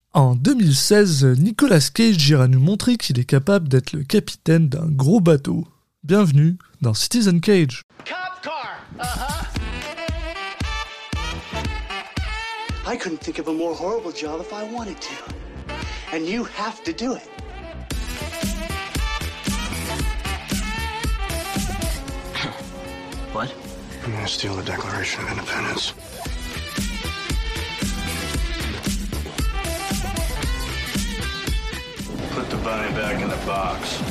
En 2016, Nicolas Cage ira nous montrer qu'il est capable d'être le capitaine d'un gros bateau. Bienvenue dans Citizen Cage. Cop car! Uh-huh. I couldn't think of a more horrible job if I wanted to. And you have to do it. What? I'm gonna steal the Declaration of Independence. Put the bunny back in the box.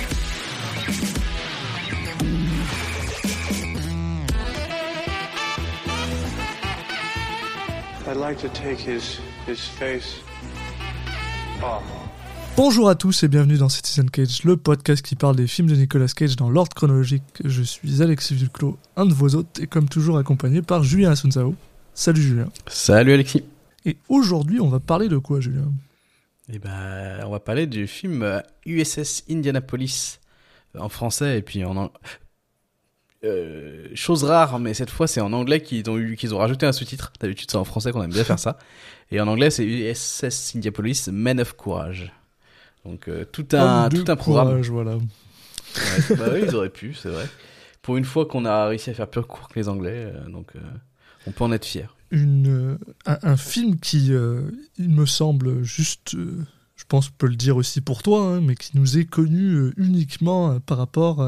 I'd like to take his face off. Bonjour à tous et bienvenue dans Citizen Cage, le podcast qui parle des films de Nicolas Cage dans l'ordre chronologique. Je suis Alexis Duclos, un de vos hôtes, et comme toujours accompagné par Julien Asunsao. Salut Julien. Salut Alexis. Et aujourd'hui, on va parler de quoi, Julien ? Eh ben, on va parler du film USS Indianapolis en français et puis en chose rare, mais cette fois c'est en anglais qu'ils ont rajouté un sous-titre. D'habitude c'est en français qu'on aime bien faire ça. Et en anglais c'est USS Indianapolis Men of Courage. Donc tout un programme. Courage, voilà. Ouais, bah oui, ils auraient pu, c'est vrai. Pour une fois qu'on a réussi à faire plus court que les Anglais, donc on peut en être fier. Un film qui, il me semble, juste, je pense qu'on peut le dire aussi pour toi, hein, mais qui nous est connu uniquement par rapport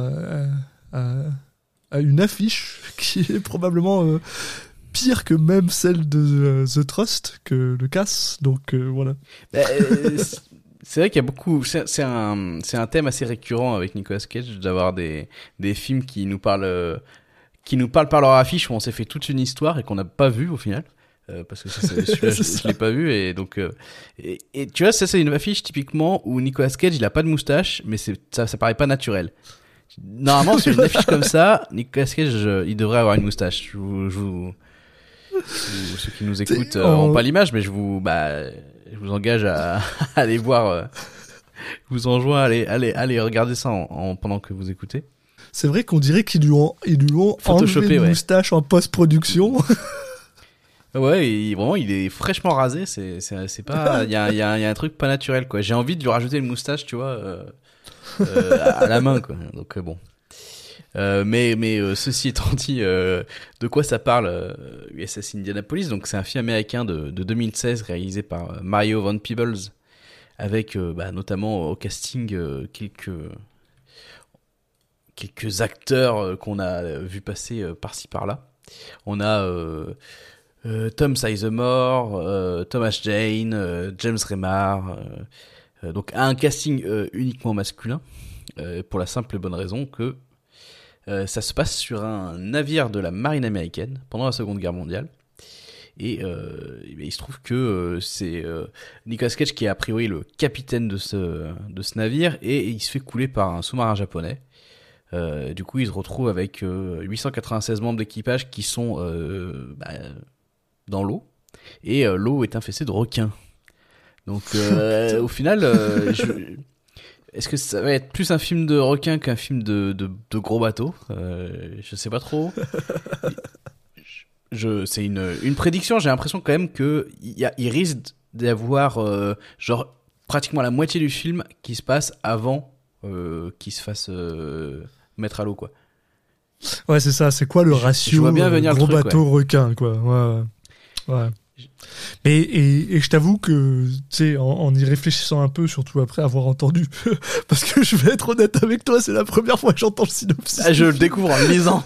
à une affiche qui est probablement pire que même celle de The Trust, que le casse, donc voilà. C'est vrai qu'il y a beaucoup. C'est un thème assez récurrent avec Nicolas Cage d'avoir des films qui nous parlent par leur affiche où on s'est fait toute une histoire et qu'on n'a pas vu au final. Parce que celui-là, je l'ai pas vu et donc et tu vois, ça c'est une affiche typiquement où Nicolas Cage il a pas de moustache, mais ça paraît pas naturel. Normalement sur une affiche comme ça, Nicolas Cage il devrait avoir une moustache. Ceux qui nous écoutent n'ont pas l'image, mais je vous engage à aller voir. Je vous enjoins à aller regarder ça pendant que vous écoutez. C'est vrai qu'on dirait qu'ils lui ont enlevé une moustache en post-production. Ouais, vraiment, il est fraîchement rasé. C'est pas, il y a un truc pas naturel, quoi. J'ai envie de lui rajouter une moustache, tu vois, à la main, quoi. Donc bon. Mais ceci étant dit, de quoi ça parle USS Indianapolis? Donc c'est un film américain de 2016 réalisé par Mario Van Peebles, avec notamment au casting quelques acteurs qu'on a vu passer par-ci par-là. On a Tom Sizemore, Thomas Jane, James Remar, donc un casting uniquement masculin, pour la simple et bonne raison que ça se passe sur un navire de la marine américaine pendant la Seconde Guerre mondiale. Et il se trouve que c'est Nicolas Cage qui est a priori le capitaine de ce navire, et il se fait couler par un sous-marin japonais. Du coup, il se retrouve avec 896 membres d'équipage qui sont dans l'eau, et l'eau est infestée de requins. Donc au final, est-ce que ça va être plus un film de requins qu'un film de gros bateaux? Je sais pas trop. C'est une prédiction. J'ai l'impression quand même que il risque d'avoir genre pratiquement la moitié du film qui se passe avant qu'il se fasse mettre à l'eau, quoi. Ouais, c'est ça. C'est quoi le ratio? Je vois bien venir gros le truc, bateau requin, quoi. Ouais. Mais et je t'avoue que, tu sais, en y réfléchissant un peu, surtout après avoir entendu, parce que je vais être honnête avec toi, c'est la première fois que j'entends le synopsis. Je le découvre en le lisant.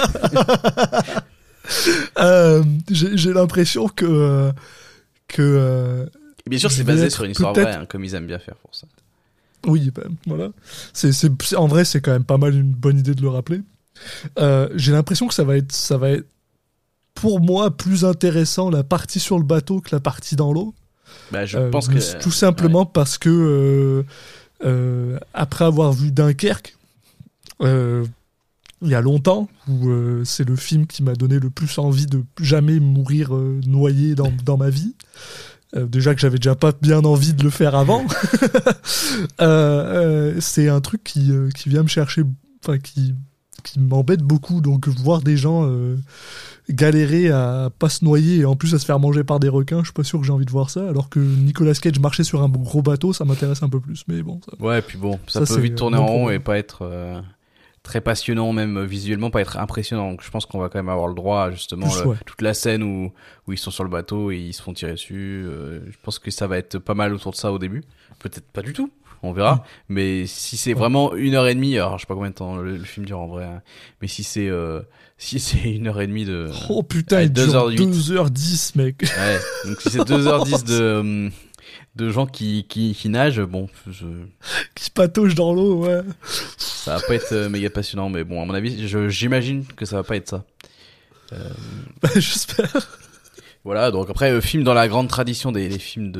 J'ai l'impression que bien sûr, c'est basé sur une histoire vraie, hein, comme ils aiment bien faire pour ça. Oui, voilà. En vrai, c'est quand même pas mal une bonne idée de le rappeler. J'ai l'impression que ça va être pour moi plus intéressant la partie sur le bateau que la partie dans l'eau. Je pense que tout simplement parce que après avoir vu Dunkerque il y a longtemps, où c'est le film qui m'a donné le plus envie de jamais mourir noyé dans ma vie. Déjà que j'avais déjà pas bien envie de le faire avant. C'est un truc qui vient me chercher, enfin qui qui m'embête beaucoup. Donc voir des gens galérer à pas se noyer et en plus à se faire manger par des requins, je suis pas sûr que j'ai envie de voir ça. Alors que Nicolas Cage marchait sur un gros bateau, ça m'intéresse un peu plus. Mais bon. Ça... Ouais, puis bon, ça peut vite tourner en rond et pas être très passionnant, même visuellement, pas être impressionnant. Donc je pense qu'on va quand même avoir le droit à justement toute la scène où ils sont sur le bateau et ils se font tirer dessus. Je pense que ça va être pas mal autour de ça au début. Peut-être pas du tout. On verra, mais si c'est vraiment 1h30, alors je sais pas combien de temps le film dure en vrai, hein, mais si c'est 1h30 de... Oh putain, il dure 2h10, mec. Ouais, donc si c'est 2h10 de gens qui nagent, bon... Qui patauchent dans l'eau, ouais. Ça va pas être méga passionnant, mais bon, à mon avis, j'imagine que ça va pas être ça. J'espère. Voilà, donc après, film dans la grande tradition des films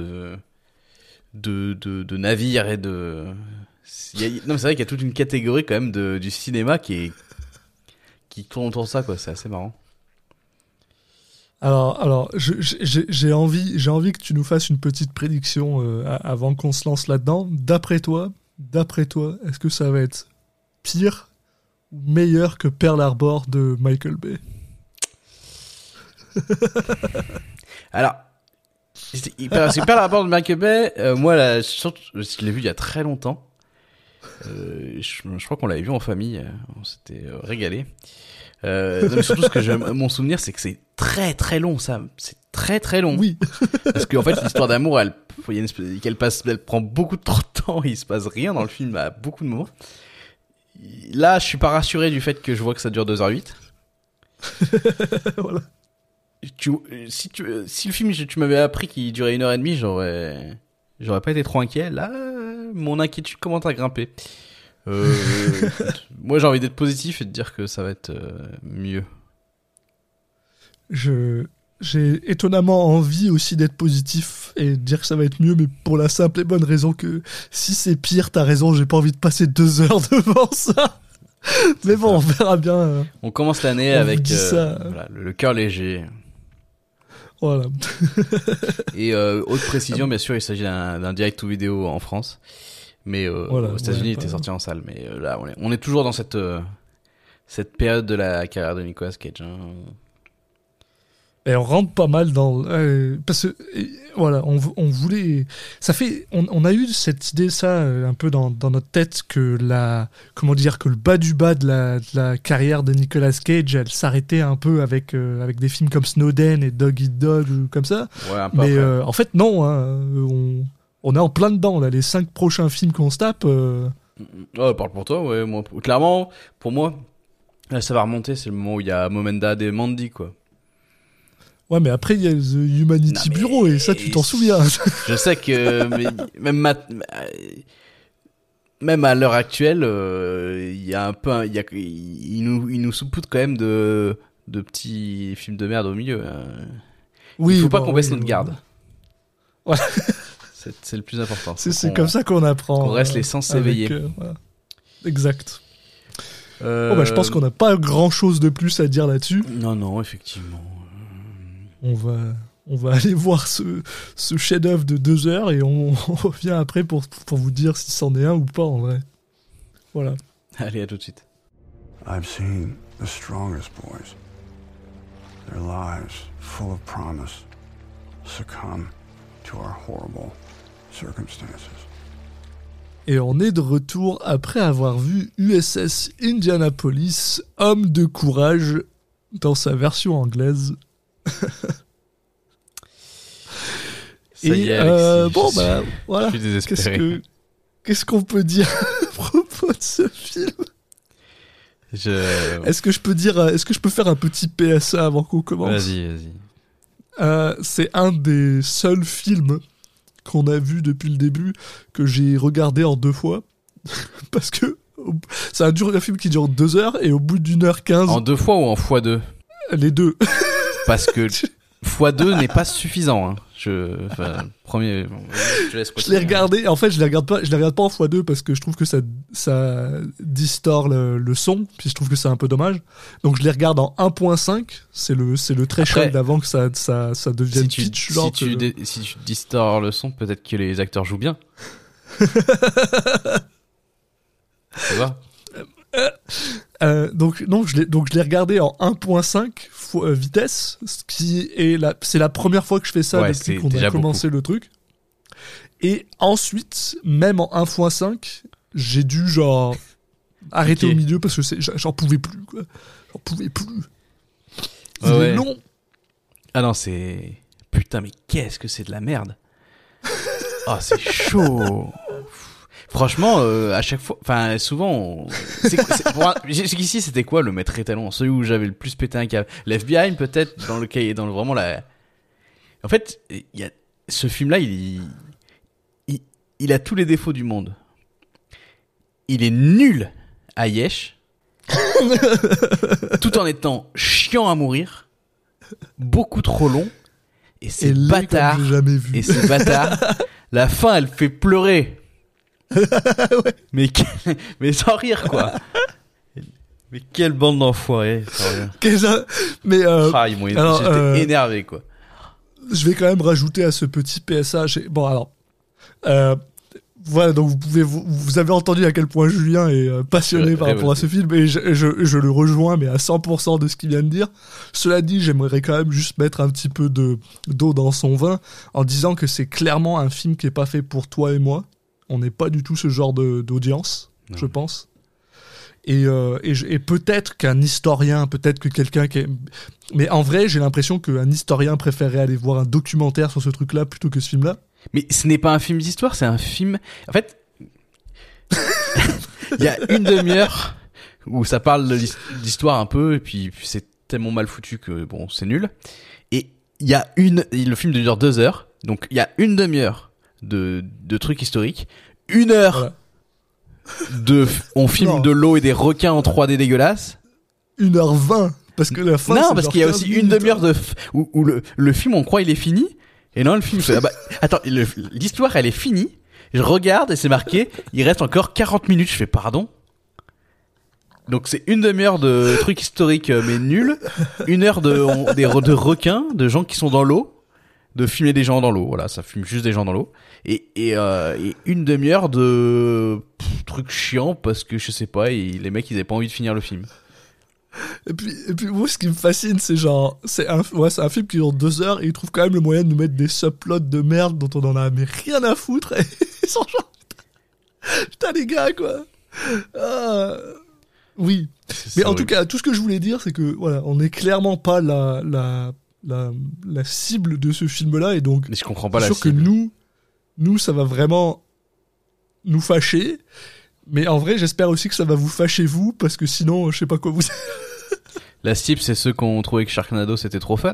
de navires et de... Non, c'est vrai qu'il y a toute une catégorie quand même du cinéma qui tourne autour de ça, quoi. C'est assez marrant. Alors, j'ai envie que tu nous fasses une petite prédiction avant qu'on se lance là-dedans. D'après toi, est-ce que ça va être pire ou meilleur que Pearl Harbor de Michael Bay? Alors, c'est Pearl Harbor de Michael Bay. Moi, je l'ai vu il y a très longtemps. Je crois qu'on l'avait vu en famille. On s'était régalé. Donc surtout, mon souvenir, c'est que c'est très très long, ça. C'est très très long. Oui. Parce qu'en fait, l'histoire d'amour, elle prend beaucoup trop de temps. Il se passe rien dans le film à beaucoup de moments. Là, je suis pas rassuré du fait que je vois que ça dure 2h08. Voilà. Si le film, tu m'avais appris qu'il durait 1h30, j'aurais pas été trop inquiet. Là, mon inquiétude commence à grimper. Moi, j'ai envie d'être positif et de dire que ça va être mieux. J'ai étonnamment envie aussi d'être positif et de dire que ça va être mieux, mais pour la simple et bonne raison que si c'est pire, t'as raison, j'ai pas envie de passer 2 heures devant ça. Mais bon, on verra bien. On commence l'année avec voilà, le cœur léger. Voilà. Et autre précision, bien sûr, il s'agit d'un direct ou vidéo en France. Mais aux États-Unis, il était sorti en salle. Mais là, on est toujours dans cette période de la carrière de Nicolas Cage. Hein. Et on rentre pas mal dans... parce que, voilà, on voulait... Ça fait... On a eu cette idée, ça, un peu dans notre tête, que que le bas du bas de la carrière de Nicolas Cage, elle s'arrêtait un peu avec des films comme Snowden et Dog Eat Dog, ou comme ça. Ouais, un peu. Mais en fait, non. Hein, on est en plein dedans, là. Les 5 prochains films qu'on se tape... Ouais, parle pour toi, ouais. Moi, clairement, pour moi, là, ça va remonter. C'est le moment où il y a Momenda et Mandy, quoi. Ouais, mais après, il y a The Humanity Bureau, et ça, tu t'en souviens. Je sais que même à l'heure actuelle, il y a un peu... il nous saupoudre quand même de petits films de merde au milieu. Oui, il faut pas qu'on baisse notre garde. Voilà. C'est le plus important. C'est comme ça qu'on apprend. Qu'on reste les sens éveillés. Voilà. Exact. Je pense qu'on n'a pas grand-chose de plus à dire là-dessus. Non, effectivement. On va aller voir ce chef-d'œuvre de 2 heures et on revient après pour vous dire si c'en est un ou pas en vrai. Voilà. Allez, à tout de suite. I've seen the strongest boys, their lives full of promise, succumb to our horrible circumstances. Et on est de retour après avoir vu USS Indianapolis, homme de courage, dans sa version anglaise. Ça y est, Alexis, voilà. Je suis désespéré. Qu'est-ce qu'on peut dire à propos de ce film? Est-ce que je peux faire un petit PSA avant qu'on commence? Vas-y. C'est un des seuls films qu'on a vu depuis le début que j'ai regardé en 2 fois parce que c'est un film qui dure 2 heures et au bout d'1h15. En 2 fois ou en x2? Les deux. Parce que x2 n'est pas suffisant. Hein. Je l'ai regardé. En fait, je les regarde pas en x2 parce que je trouve que ça distord le son. Puis je trouve que c'est un peu dommage. Donc je les regarde en 1.5. C'est le threshold avant que ça devienne pitch. Si tu distors le son, peut-être que les acteurs jouent bien. Ça va. Donc je l'ai regardé en 1.5 vitesse, ce qui est c'est la première fois que je fais ça depuis qu'on a commencé le truc. Et ensuite, même en 1.5, j'ai dû genre arrêter au milieu parce que j'en pouvais plus, quoi. J'en pouvais plus. Il est long. Ah non, c'est... Putain, mais qu'est-ce que c'est de la merde. Oh, c'est chaud. Franchement, à chaque fois... Enfin, souvent... Jusqu'ici, c'était quoi le maître étalon? Celui où j'avais le plus pété un câble. L'FBI, peut-être, vraiment la... En fait, ce film-là, il a tous les défauts du monde. Il est nul à Yesh, tout en étant chiant à mourir, beaucoup trop long, et c'est bâtard. Et c'est bâtard. La fin, elle fait pleurer. Ouais. Mais sans rire, quoi. Mais quelle bande d'enfoirés. Mais j'étais énervé, quoi. Je vais quand même rajouter à ce petit PSA. Bon, alors. Voilà, donc vous avez entendu à quel point Julien est passionné par rapport à ce film, et je le rejoins, mais à 100% de ce qu'il vient de dire. Cela dit, j'aimerais quand même juste mettre un petit peu d'eau dans son vin en disant que c'est clairement un film qui est pas fait pour toi et moi. On n'est pas du tout ce genre d'audience, je pense. Et peut-être qu'un historien, peut-être que quelqu'un qui est... Mais en vrai, j'ai l'impression qu'un historien préférerait aller voir un documentaire sur ce truc-là plutôt que ce film-là. Mais ce n'est pas un film d'histoire, c'est un film... En fait, il y a une demi-heure où ça parle de l'histoire un peu, et puis c'est tellement mal foutu que, bon, c'est nul. Et il y a le film dure 2 heures, donc il y a une demi-heure de trucs historiques, 1 heure on filme de l'eau et des requins en 3D dégueulasses. 1h20, parce que la fin... Non, parce qu'il y a aussi une demi-heure où le film, on croit il est fini. Et non, le film fait, attends, l'histoire, elle est finie. Je regarde et c'est marqué, il reste encore 40 minutes. Je fais, pardon? Donc c'est une demi-heure de trucs historiques, mais nuls. 1 heure de requins, de gens qui sont dans l'eau, de filmer des gens dans l'eau. Voilà, ça filme juste des gens dans l'eau. Et une demi-heure de trucs chiants parce que je sais pas, les mecs, ils avaient pas envie de finir le film. Et puis moi, ce qui me fascine, c'est genre, c'est un film qui dure 2 heures et il trouve quand même le moyen de nous mettre des subplots de merde dont on en a mais rien à foutre, et ils sont genre, putain les gars, quoi. Oui. Mais en tout cas, tout ce que je voulais dire, c'est que voilà, on n'est clairement pas la cible de ce film-là, et donc mais je comprends pas la cible. Je suis sûr que nous, ça va vraiment nous fâcher. Mais en vrai, j'espère aussi que ça va vous fâcher vous, parce que sinon, je sais pas quoi vous... La cible, c'est ceux qui ont trouvé que Sharknado, c'était trop fun?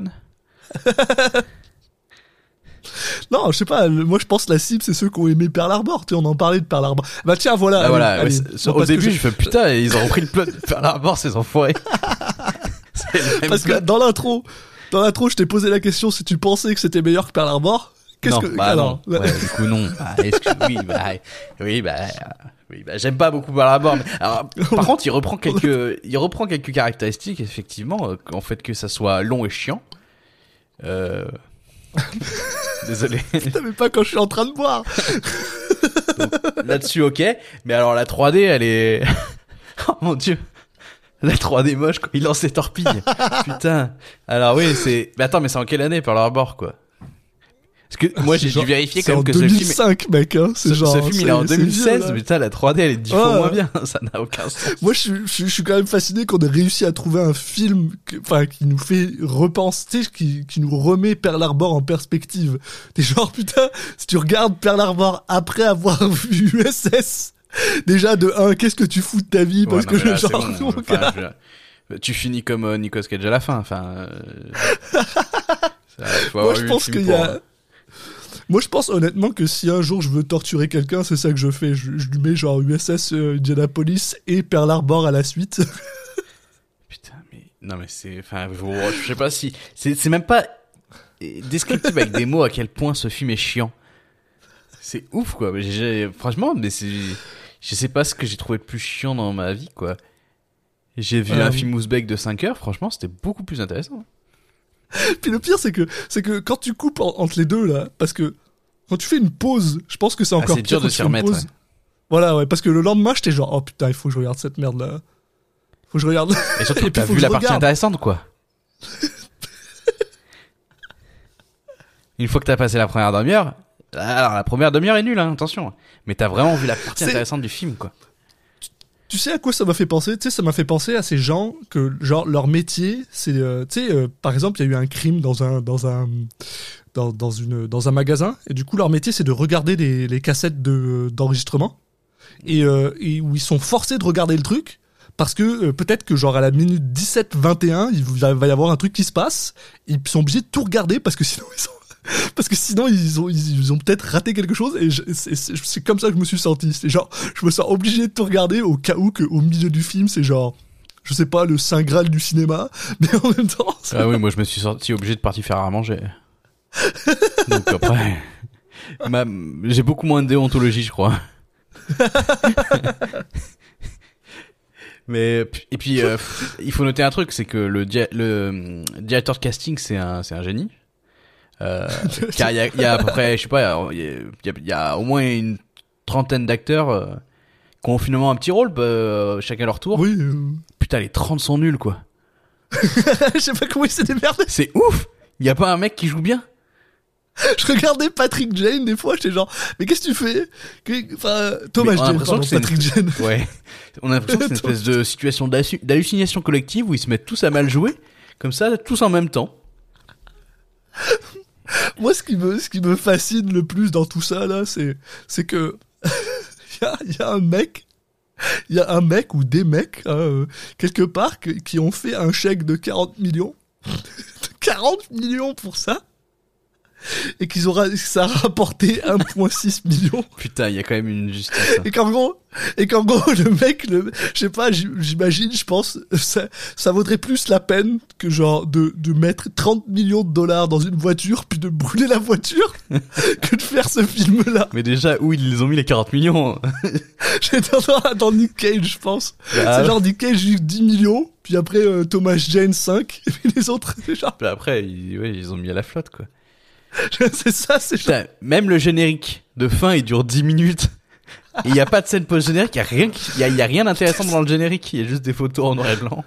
Non, je sais pas, moi je pense que la cible, c'est ceux qui ont aimé Pearl Harbor, tu sais, on en parlait de Pearl Harbor. Bah tiens, voilà. Ah, voilà, allez, au début, je fais putain, ils ont repris le plot de Pearl Harbor, ces enfoirés. Parce que dans l'intro, je t'ai posé la question si tu pensais que c'était meilleur que Pearl Harbor. Non. Ouais, du coup, non. Oui, j'aime pas beaucoup Pearl Harbor, mais alors, par contre, il reprend quelques caractéristiques, effectivement, en fait que ça soit long et chiant. Désolé. Putain, mais pas quand je suis en train de boire. Donc, là-dessus, ok. Mais alors, la 3D, elle est... Oh mon dieu. La 3D moche, quand il lance ses torpilles. Putain. Alors oui, mais attends, mais c'est en quelle année, Pearl Harbor, quoi? Parce que moi, j'ai dû vérifier quand même que ce film... C'est en 2005, mec, hein. Ce film, il est en 2016, mais putain, la 3D, elle est 10 fois moins bien. Ça n'a aucun sens. Moi, je suis quand même fasciné qu'on ait réussi à trouver un film, qui nous fait repenser, qui nous remet Pearl Harbor en perspective. T'es genre, putain, si tu regardes Pearl Harbor après avoir vu USS, déjà, de 1, qu'est-ce que tu fous de ta vie? Parce que là, bon. Tu finis comme Nicolas Cage à la fin, enfin... Moi, je pense qu'il y a... Moi, je pense honnêtement que si un jour je veux torturer quelqu'un, c'est ça que je fais. Je lui mets genre USS Indianapolis et Pearl Harbor à la suite. Putain, mais... Non, mais c'est... Enfin, je sais pas si... C'est même pas descriptif avec des mots à quel point ce film est chiant. C'est ouf, quoi. Franchement, mais c'est... Je sais pas ce que j'ai trouvé de plus chiant dans ma vie, quoi. J'ai vu un film ouzbek de 5 heures, franchement, c'était beaucoup plus intéressant. Puis le pire, c'est que quand tu coupes entre les deux, là, parce que quand tu fais une pause, je pense que c'est encore c'est dur de s'y remettre. Ouais. Voilà, ouais, parce que le lendemain, j'étais genre, oh putain, il faut que je regarde cette merde-là. Faut que je regarde. Et surtout, puis, t'as faut vu que la je partie regarde. intéressante, quoi. Une fois que t'as passé la première demi-heure, alors la première demi-heure est nulle, hein, attention. Mais t'as vraiment vu la partie intéressante du film, quoi. Tu sais à quoi ça m'a fait penser? Tu sais, ça m'a fait penser à ces gens que, genre, leur métier, c'est, tu sais, par exemple, il y a eu un crime dans un magasin, et du coup, leur métier, c'est de regarder les cassettes d'enregistrement, et où ils sont forcés de regarder le truc, parce que peut-être que, genre, à la minute 17-21, il va y avoir un truc qui se passe, ils sont obligés de tout regarder, parce que sinon ils ont peut-être raté quelque chose, et c'est comme ça que je me suis senti. C'est genre, je me sens obligé de tout regarder au cas où qu'au milieu du film, c'est genre, je sais pas, le Saint Graal du cinéma, mais en même temps... Ah oui, moi je me suis sorti obligé de partir faire à manger. Donc après, j'ai beaucoup moins de déontologie, je crois. Mais et puis il faut noter un truc, c'est que le directeur de casting c'est un génie. Car il y a à peu près, je sais pas, il y a au moins une trentaine d'acteurs qui ont finalement un petit rôle, chacun leur tour. Oui. Putain, les 30 sont nuls, quoi. Je sais pas comment il s'est démerdé. C'est ouf. Il y a pas un mec qui joue bien. Je regardais Patrick Jane des fois, j'étais genre, mais qu'est-ce que tu fais? Enfin, Thomas Mais on a Jane, l'impression pardon, que c'est Patrick Jane. Ouais. On a l'impression que c'est une espèce de situation d'hallucination collective où ils se mettent tous à mal jouer, comme ça, tous en même temps. Moi, ce qui me fascine le plus dans tout ça, là, c'est que, il y a un mec ou des mecs, quelque part, qui ont fait un chèque de 40 millions. 40 millions pour ça. Et ça a rapporté 1,6 million. Putain, il y a quand même une justice. Hein. Et qu'en gros, le mec, je sais pas, j'imagine, je pense, ça vaudrait plus la peine que genre de mettre 30 millions de dollars dans une voiture puis de brûler la voiture que de faire ce film-là. Mais déjà, où ils ont mis les 40 millions? J'ai dans Nick Cage, je pense. Ah, c'est genre Nick Cage 10 millions, puis après Thomas Jane 5, et puis les autres, c'est genre... Bah après, ils ont mis à la flotte, quoi. C'est ça, c'est genre... Putain, même le générique de fin, il dure 10 minutes. Et il y a pas de scène post-générique, il y a rien d'intéressant dans le générique, il y a juste des photos en noir et blanc.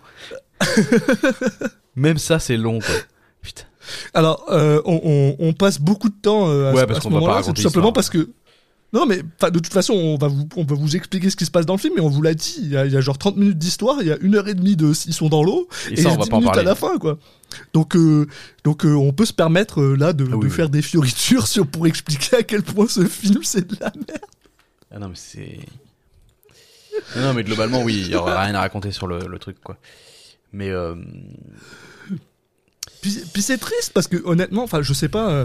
Même ça, c'est long, quoi. Putain. Alors, on passe beaucoup de temps à parce ce qu'on va pas moment-là, raconter c'est tout simplement l'histoire. parce que... Non, mais de toute façon, on va vous expliquer ce qui se passe dans le film, mais on vous l'a dit, il y a genre 30 minutes d'histoire, il y a 1h30 ils sont dans l'eau, et ça, il y on a va 10 pas en minutes à parler. la fin, quoi. Donc on peut se permettre là de faire des fioritures pour expliquer à quel point ce film c'est de la merde. Ah non, mais c'est... Non, mais globalement, oui, il y aura rien à raconter sur le truc, quoi. Mais Puis c'est triste parce que honnêtement, enfin je sais pas.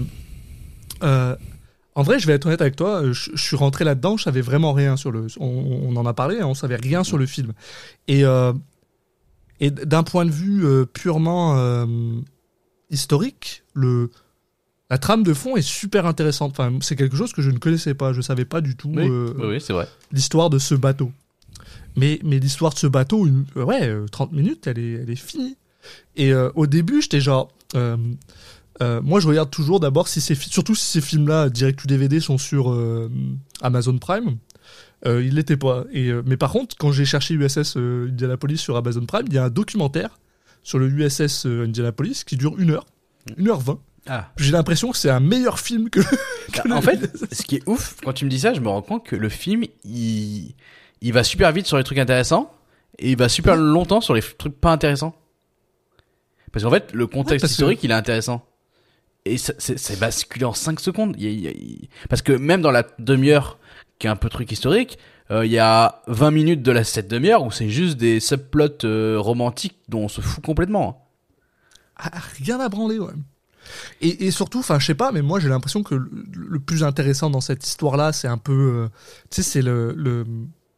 En vrai, je vais être honnête avec toi. Je suis rentré là-dedans, je savais vraiment rien sur le. On en a parlé, hein, on savait rien sur le film. Et d'un point de vue purement historique, la trame de fond est super intéressante. Enfin, c'est quelque chose que je ne connaissais pas. Je savais pas du tout oui, c'est vrai. l'histoire de ce bateau. Mais l'histoire de ce bateau, 30 minutes, elle est finie. Et au début, j'étais genre... moi, je regarde toujours d'abord, surtout si ces films-là, direct ou DVD, sont sur Amazon Prime. Il l'était pas. Mais par contre, quand j'ai cherché USS Indianapolis sur Amazon Prime, il y a un documentaire sur le USS Indianapolis qui dure 1h20. Ah. J'ai l'impression que c'est un meilleur film que En fait, ce qui est ouf, quand tu me dis ça, je me rends compte que le film, il va super vite sur les trucs intéressants et il va super longtemps sur les trucs pas intéressants. Parce qu'en fait, le contexte historique, il est intéressant. Et c'est basculé en 5 secondes. Parce que même dans la demi-heure, qui est un peu truc historique, il y a 20 minutes de cette demi-heure où c'est juste des subplots romantiques dont on se fout complètement. Rien à branler, ouais. Et surtout, enfin, je sais pas, mais moi j'ai l'impression que le plus intéressant dans cette histoire-là, c'est un peu, tu sais, c'est le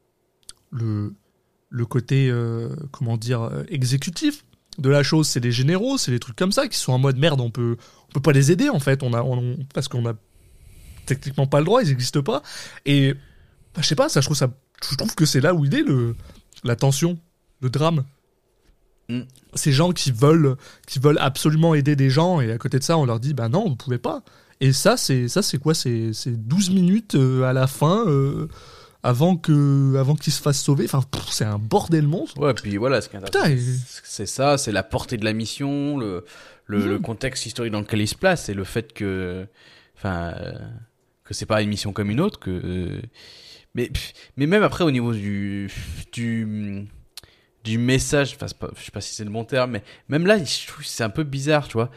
côté, comment dire, exécutif de la chose. C'est les généraux, c'est les trucs comme ça qui sont en mode merde. On peut pas les aider en fait. Parce qu'on a techniquement pas le droit, ils existent pas. Et bah, je sais pas, je trouve que c'est là où il est la tension, le drame. Ces gens qui veulent absolument aider des gens et à côté de ça on leur dit bah non vous pouvez pas. Et ça c'est quoi, c'est 12 minutes à la fin avant qu'il se fasse sauver. Enfin, c'est un bordel monstre. Ouais, puis voilà, ce qui est intéressant, Putain, c'est ça, c'est la portée de la mission, le contexte historique dans lequel il se place, et le fait que c'est pas une mission comme une autre, mais même après au niveau du message, enfin je sais pas si c'est le bon terme, mais même là je trouve que c'est un peu bizarre, tu vois.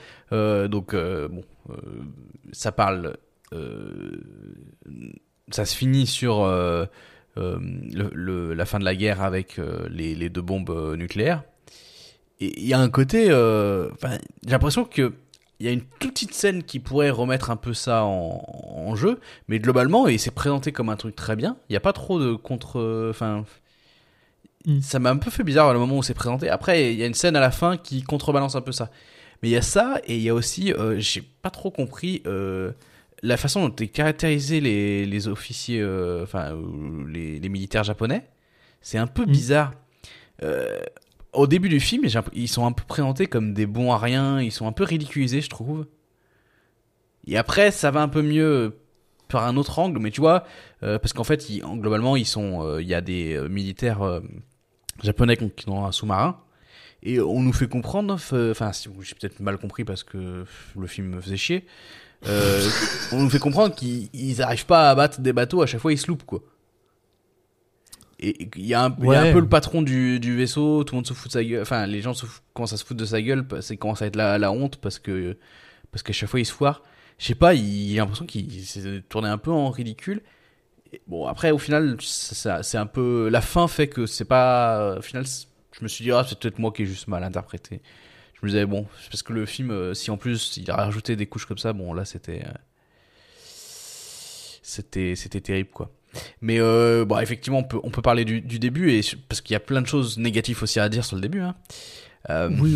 Ça parle, ça se finit sur la fin de la guerre avec les 2 bombes nucléaires, et il y a un côté, j'ai l'impression que il y a une toute petite scène qui pourrait remettre un peu ça en jeu, mais globalement, et c'est présenté comme un truc très bien. Il n'y a pas trop de ça m'a un peu fait bizarre le moment où c'est présenté. Après, il y a une scène à la fin qui contrebalance un peu ça. Mais il y a ça, et il y a aussi, j'ai pas trop compris la façon dont est caractérisé les officiers, les militaires japonais. C'est un peu bizarre. Au début du film, ils sont un peu présentés comme des bons à rien, ils sont un peu ridiculisés, je trouve. Et après, ça va un peu mieux par un autre angle, mais tu vois, parce qu'en fait, globalement, il y a des militaires japonais qui sont dans un sous-marin, et on nous fait comprendre, j'ai peut-être mal compris parce que le film me faisait chier, on nous fait comprendre qu'ils n'arrivent pas à abattre des bateaux, à chaque fois ils se loupent, quoi. Et il y a un peu le patron du vaisseau, tout le monde se fout de sa gueule, enfin les gens commencent à se foutre de sa gueule, c'est commence à être la honte parce qu'à chaque fois il se foire. Je sais pas, il a l'impression qu'il s'est tourné un peu en ridicule. Et bon, après au final c'est un peu, la fin fait que c'est pas, au final je me suis dit c'est peut-être moi qui ai juste mal interprété. Je me disais bon, parce que le film, si en plus il a rajouté des couches comme ça, bon là c'était terrible, quoi. Mais effectivement on peut parler du début, et parce qu'il y a plein de choses négatives aussi à dire sur le début, hein. Oui.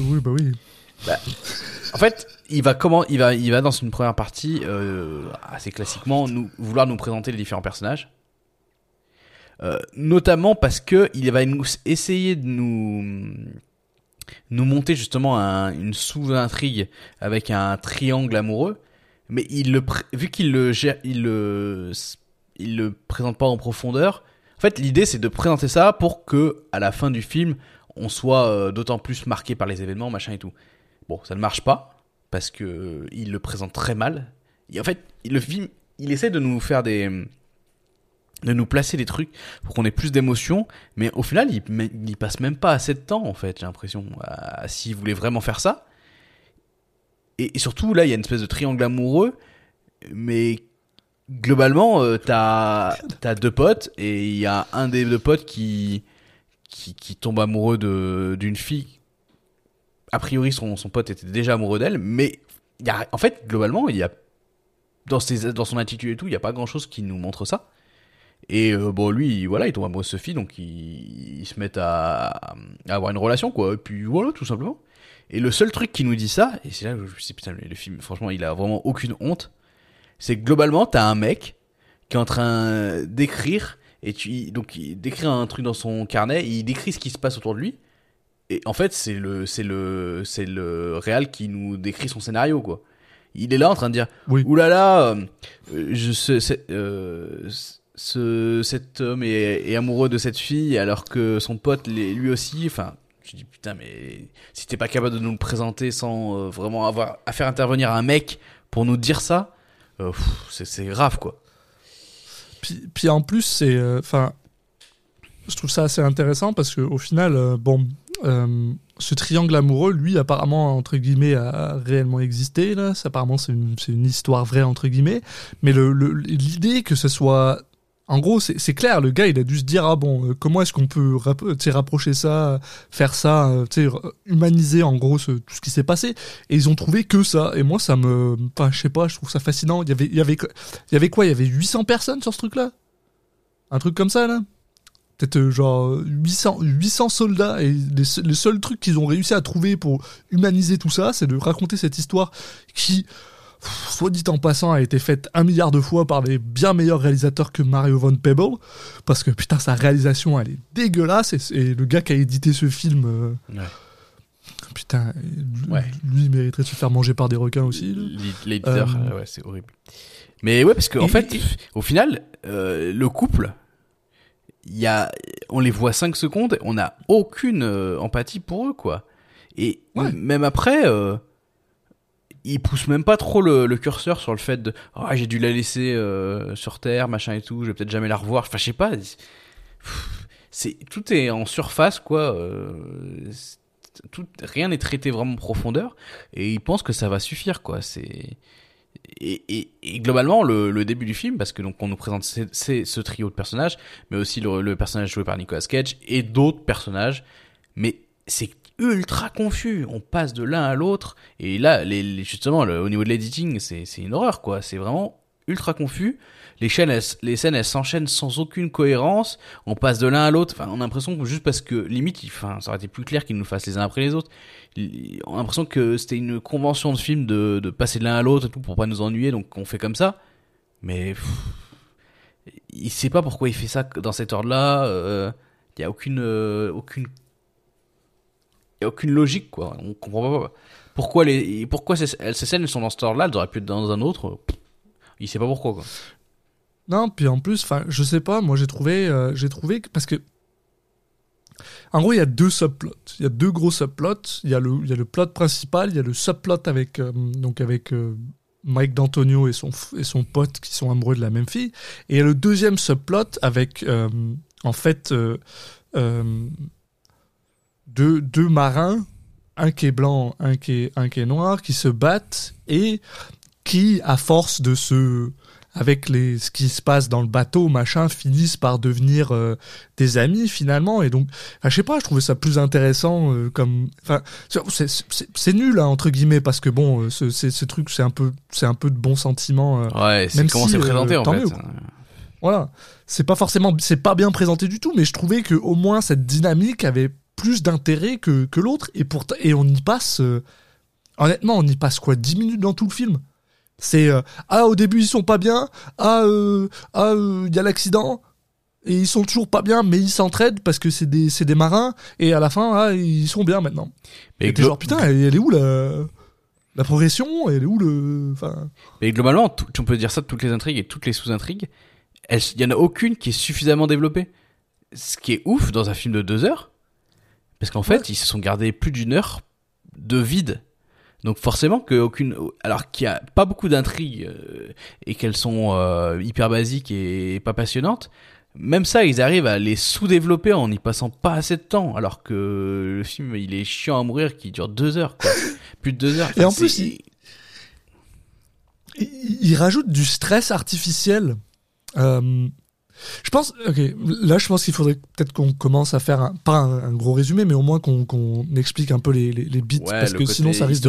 En fait, il va dans une première partie assez classiquement vouloir nous présenter les différents personnages, notamment parce que il va essayer de nous monter justement une sous-intrigue avec un triangle amoureux, mais vu qu'il le présente pas en profondeur. En fait, l'idée c'est de présenter ça pour que à la fin du film on soit d'autant plus marqué par les événements, machin et tout. Bon, ça ne marche pas parce que il le présente très mal. Et en fait, le film, il essaie de nous faire de nous placer des trucs pour qu'on ait plus d'émotions, mais au final, il passe même pas assez de temps, en fait, j'ai l'impression, s'il voulait vraiment faire ça. Et surtout, là, il y a une espèce de triangle amoureux, mais globalement, t'as 2 potes, et il y a un des 2 potes qui tombe amoureux d'une fille. A priori, son pote était déjà amoureux d'elle, mais en fait, globalement, il y a dans son attitude et tout, il y a pas grand chose qui nous montre ça. Et lui, voilà, il tombe amoureux de ce fille, donc ils se mettent à avoir une relation, quoi. Et puis voilà, tout simplement. Et le seul truc qui nous dit ça, et c'est là que je me suis dit, putain, le film, franchement, il a vraiment aucune honte. C'est que globalement, t'as un mec qui est en train d'écrire, donc il décrit un truc dans son carnet, il décrit ce qui se passe autour de lui. Et en fait, c'est le réal qui nous décrit son scénario, quoi. Il est là en train de dire, oulala, cet homme est amoureux de cette fille, alors que son pote lui aussi. Enfin, je dis putain, mais si t'es pas capable de nous le présenter sans vraiment avoir à faire intervenir un mec pour nous dire ça, c'est grave, quoi. Puis en plus, c'est, je trouve ça assez intéressant parce que au final, ce triangle amoureux, lui, apparemment, entre guillemets, a réellement existé. Là. Apparemment, c'est une histoire vraie, entre guillemets. Mais l'idée que ce soit... En gros, c'est clair, le gars, il a dû se dire, comment est-ce qu'on peut rapprocher ça, faire ça, humaniser, en gros, tout ce qui s'est passé. Et ils ont trouvé que ça. Et moi, ça me... Enfin, je sais pas, je trouve ça fascinant. Il y avait quoi ? Il y avait 800 personnes sur ce truc-là ? Un truc comme ça, là ? Peut-être genre 800 soldats, et le seul truc qu'ils ont réussi à trouver pour humaniser tout ça, c'est de raconter cette histoire qui, soit dit en passant, a été faite 1 milliard de fois par des bien meilleurs réalisateurs que Mario Van Peebles, parce que putain, sa réalisation, elle est dégueulasse, et le gars qui a édité ce film, putain, lui, il mériterait de se faire manger par des requins aussi. L'éditeur, c'est horrible. Mais ouais, parce que en fait, au final, le couple... on les voit 5 secondes, on n'a aucune empathie pour eux, quoi. Et même après, ils poussent même pas trop le curseur sur le fait de j'ai dû la laisser sur Terre, machin et tout, je vais peut-être jamais la revoir. Enfin, je sais pas. Tout est en surface, quoi. Rien n'est traité vraiment en profondeur, et ils pensent que ça va suffire, quoi. Et globalement, le début du film, parce que donc on nous présente ce trio de personnages, mais aussi le personnage joué par Nicolas Cage et d'autres personnages, mais c'est ultra confus. On passe de l'un à l'autre, et là, justement, au niveau de l'editing, c'est une horreur, quoi. C'est vraiment ultra confus. Les scènes, elles s'enchaînent sans aucune cohérence. On passe de l'un à l'autre. Enfin, on a l'impression que juste parce que limite, ça aurait été plus clair qu'ils nous fassent les uns après les autres. On a l'impression que c'était une convention de film de passer de l'un à l'autre et tout pour pas nous ennuyer, donc on fait comme ça. Mais il sait pas pourquoi il fait ça dans cet ordre-là. Il y a aucune logique, quoi. On comprend pas pourquoi ces scènes elles sont dans cet ordre-là. Elles auraient pu être dans un autre. Il sait pas pourquoi, quoi. Non, puis en plus, enfin, je sais pas, moi j'ai trouvé que, parce que en gros, il y a 2 subplots. Il y a 2 gros subplots. Il y a le plot principal, il y a le subplot avec Mike D'Antonio et son pote qui sont amoureux de la même fille. Et il y a le deuxième subplot avec deux marins, un qui est blanc, un qui est noir, qui se battent et qui, à force de avec ce qui se passe dans le bateau, machin, finissent par devenir des amis finalement. Et donc, je sais pas, je trouvais ça plus intéressant c'est nul, hein, entre guillemets, parce que bon, ce truc, c'est un peu de bon sentiment. C'est même comment c'est présenté en fait. Mieux, voilà, c'est pas bien présenté du tout, mais je trouvais que au moins cette dynamique avait plus d'intérêt que l'autre, et on y passe, honnêtement, on y passe quoi, 10 minutes dans tout le film. C'est au début ils sont pas bien, y a l'accident et ils sont toujours pas bien, mais ils s'entraident parce que c'est des marins, et à la fin ils sont bien maintenant. Mais t'es genre putain, elle est où la progression, elle est où Mais globalement, on peut dire ça de toutes les intrigues et toutes les sous-intrigues, il y en a aucune qui est suffisamment développée. Ce qui est ouf dans un film de 2 heures, parce qu'en fait ils se sont gardés plus d'1 heure de vide. Donc forcément alors qu'il y a pas beaucoup d'intrigues et qu'elles sont hyper basiques et pas passionnantes, même ça ils arrivent à les sous-développer en y passant pas assez de temps, alors que le film il est chiant à mourir, qui dure 2 heures, quoi. Plus de 2 heures. Et en plus il rajoute du stress artificiel. Je pense qu'il faudrait peut-être qu'on commence à faire pas un gros résumé, mais au moins qu'on explique un peu les bits, parce que sinon ça risque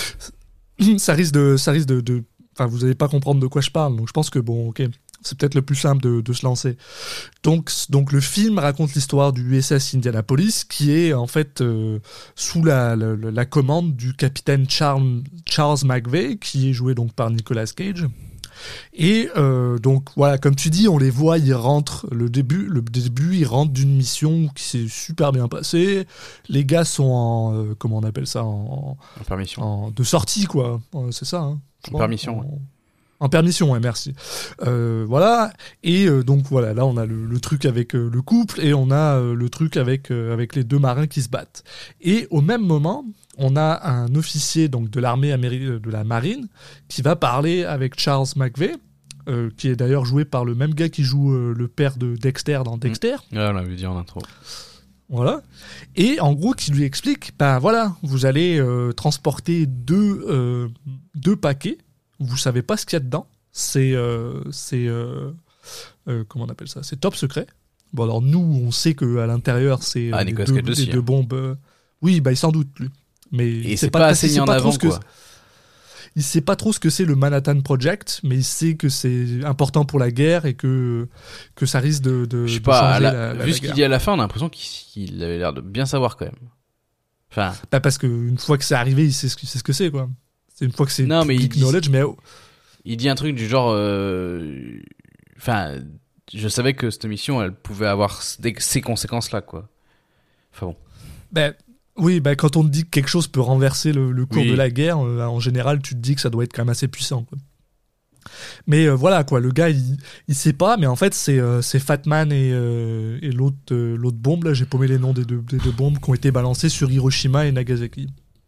de enfin, vous allez pas comprendre de quoi je parle. Donc je pense que c'est peut-être le plus simple de se lancer. Donc le film raconte l'histoire du USS Indianapolis, qui est en fait sous la commande du capitaine Charles McVeigh, qui est joué donc par Nicolas Cage. Et donc voilà, comme tu dis, on les voit, ils rentrent le début, ils rentrent d'une mission qui s'est super bien passée. Les gars sont en comment on appelle ça, en permission, de sortie, quoi. C'est ça, hein, en permission. En permission, ouais, merci. Voilà, et donc voilà, là on a le truc avec le couple, et on a le truc avec les 2 marins qui se battent. Et au même moment, on a un officier donc de l'armée de la marine qui va parler avec Charles McVeigh, qui est d'ailleurs joué par le même gars qui joue le père de Dexter dans Dexter. Ouais, on l'avait dit en intro. Voilà. Et en gros, qui lui explique, voilà, vous allez transporter 2 paquets. Vous savez pas ce qu'il y a dedans. C'est comment on appelle ça ? C'est top secret. Bon, alors nous, on sait que à l'intérieur, c'est des 2 bombes. Oui, il s'en doute, lui. Mais et c'est pas assez mis en avant, quoi. Il sait pas trop ce que c'est le Manhattan Project, mais il sait que c'est important pour la guerre et que ça risque de je sais pas, changer vu ce qu'il dit à la fin, on a l'impression qu'il avait l'air de bien savoir quand même. Enfin, parce qu'une fois que c'est arrivé, il sait ce que c'est, quoi. C'est une fois que c'est public knowledge, mais il dit un truc du genre enfin, je savais que cette mission elle pouvait avoir ces conséquences là, quoi. Enfin bon. Oui, quand on te dit que quelque chose peut renverser le cours de la guerre, en général, tu te dis que ça doit être quand même assez puissant, quoi. Mais voilà quoi, le gars il sait pas, mais en fait c'est Fat Man et l'autre bombe là, j'ai paumé les noms des deux bombes qui ont été balancées sur Hiroshima et Nagasaki.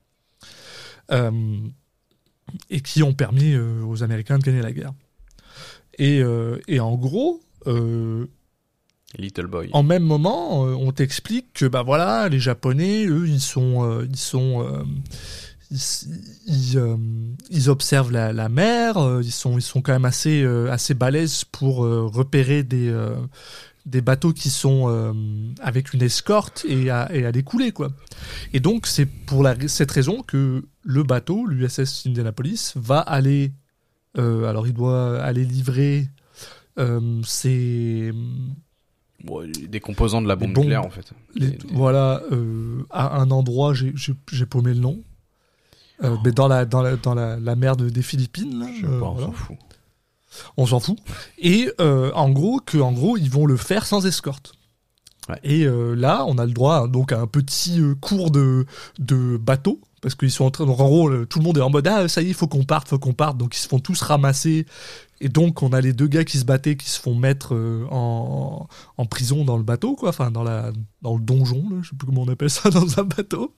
Et qui ont permis aux Américains de gagner la guerre. Et en gros, Little Boy. En même moment, on t'explique que bah voilà, les Japonais, eux, ils observent la mer, ils sont quand même assez balèzes pour repérer des bateaux qui sont avec une escorte et à les couler quoi. Et donc c'est pour cette raison que le bateau, l'USS Indianapolis, va aller, alors il doit aller livrer des composants de la bombe nucléaire en fait. Voilà, à un endroit, j'ai paumé le nom. Mais dans la mer des Philippines là, on s'en fout. On s'en fout. Et en gros, ils vont le faire sans escorte. Ouais. Et là, on a le droit donc à un petit cours de bateau, parce qu'ils sont en train. Donc en gros, tout le monde est en mode ça y est, faut qu'on parte. Donc ils se font tous ramasser. Et donc on a les deux gars qui se battaient, qui se font mettre en prison dans le bateau, quoi. Enfin dans le donjon, là, je sais plus comment on appelle ça dans un bateau.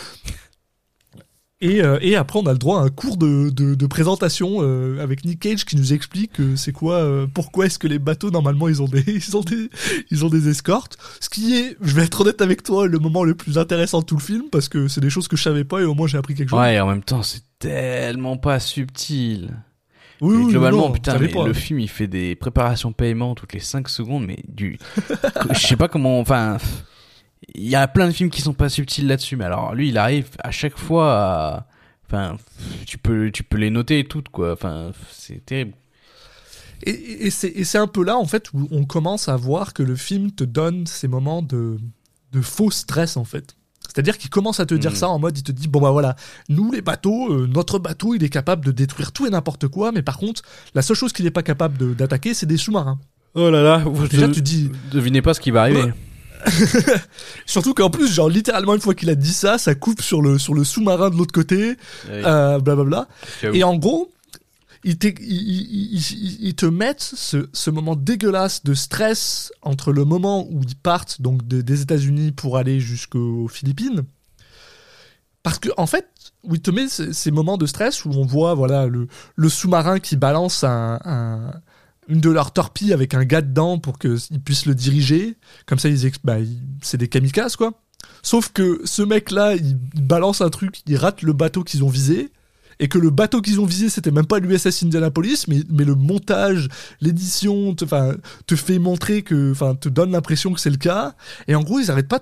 Et après, on a le droit à un cours de présentation avec Nick Cage qui nous explique c'est quoi, pourquoi est-ce que les bateaux normalement ils ont des escortes. Ce qui est, je vais être honnête avec toi, le moment le plus intéressant de tout le film parce que c'est des choses que je savais pas et au moins j'ai appris quelque chose. Ouais, et en même temps, c'est tellement pas subtil. Oui, globalement, non, putain, mais le film il fait des préparations paiement toutes les 5 secondes, mais je sais pas comment, enfin. Il y a plein de films qui sont pas subtils là-dessus, mais alors lui il arrive à chaque fois à... Enfin, tu peux les noter toutes quoi, enfin c'est terrible. Et c'est un peu là en fait où on commence à voir que le film te donne ces moments de faux stress en fait. C'est-à-dire qu'il commence à te dire ça en mode, il te dit bon bah voilà, nous les bateaux, notre bateau il est capable de détruire tout et n'importe quoi, mais par contre la seule chose qu'il est pas capable d'attaquer c'est des sous-marins. Oh là là, déjà tu dis... Devinez pas ce qui va arriver. Ouais. Surtout qu'en plus, genre littéralement une fois qu'il a dit ça coupe sur le sous-marin de l'autre côté, blablabla. Et en gros, ils te mettent ce moment dégueulasse de stress entre le moment où ils partent donc des États-Unis pour aller jusqu'aux Philippines, parce que en fait, où ils te mettent ces moments de stress où on voit voilà le sous-marin qui balance une de leurs torpilles avec un gars dedans pour qu'ils puissent le diriger. Comme ça, c'est des kamikazes, quoi. Sauf que ce mec-là, il balance un truc, il rate le bateau qu'ils ont visé, et que le bateau qu'ils ont visé, c'était même pas l'USS Indianapolis, mais le montage, l'édition, te fait montrer te donne l'impression que c'est le cas. Et en gros, ils arrêtent pas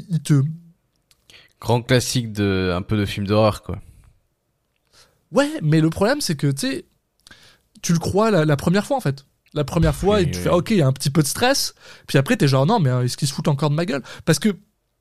Grand classique un peu de film d'horreur, quoi. Ouais, mais le problème, c'est que, tu sais, tu le crois la première fois, en fait. La première fois, et tu fais ok, il y a un petit peu de stress, puis après t'es genre non, mais est-ce qu'ils se foutent encore de ma gueule? Parce que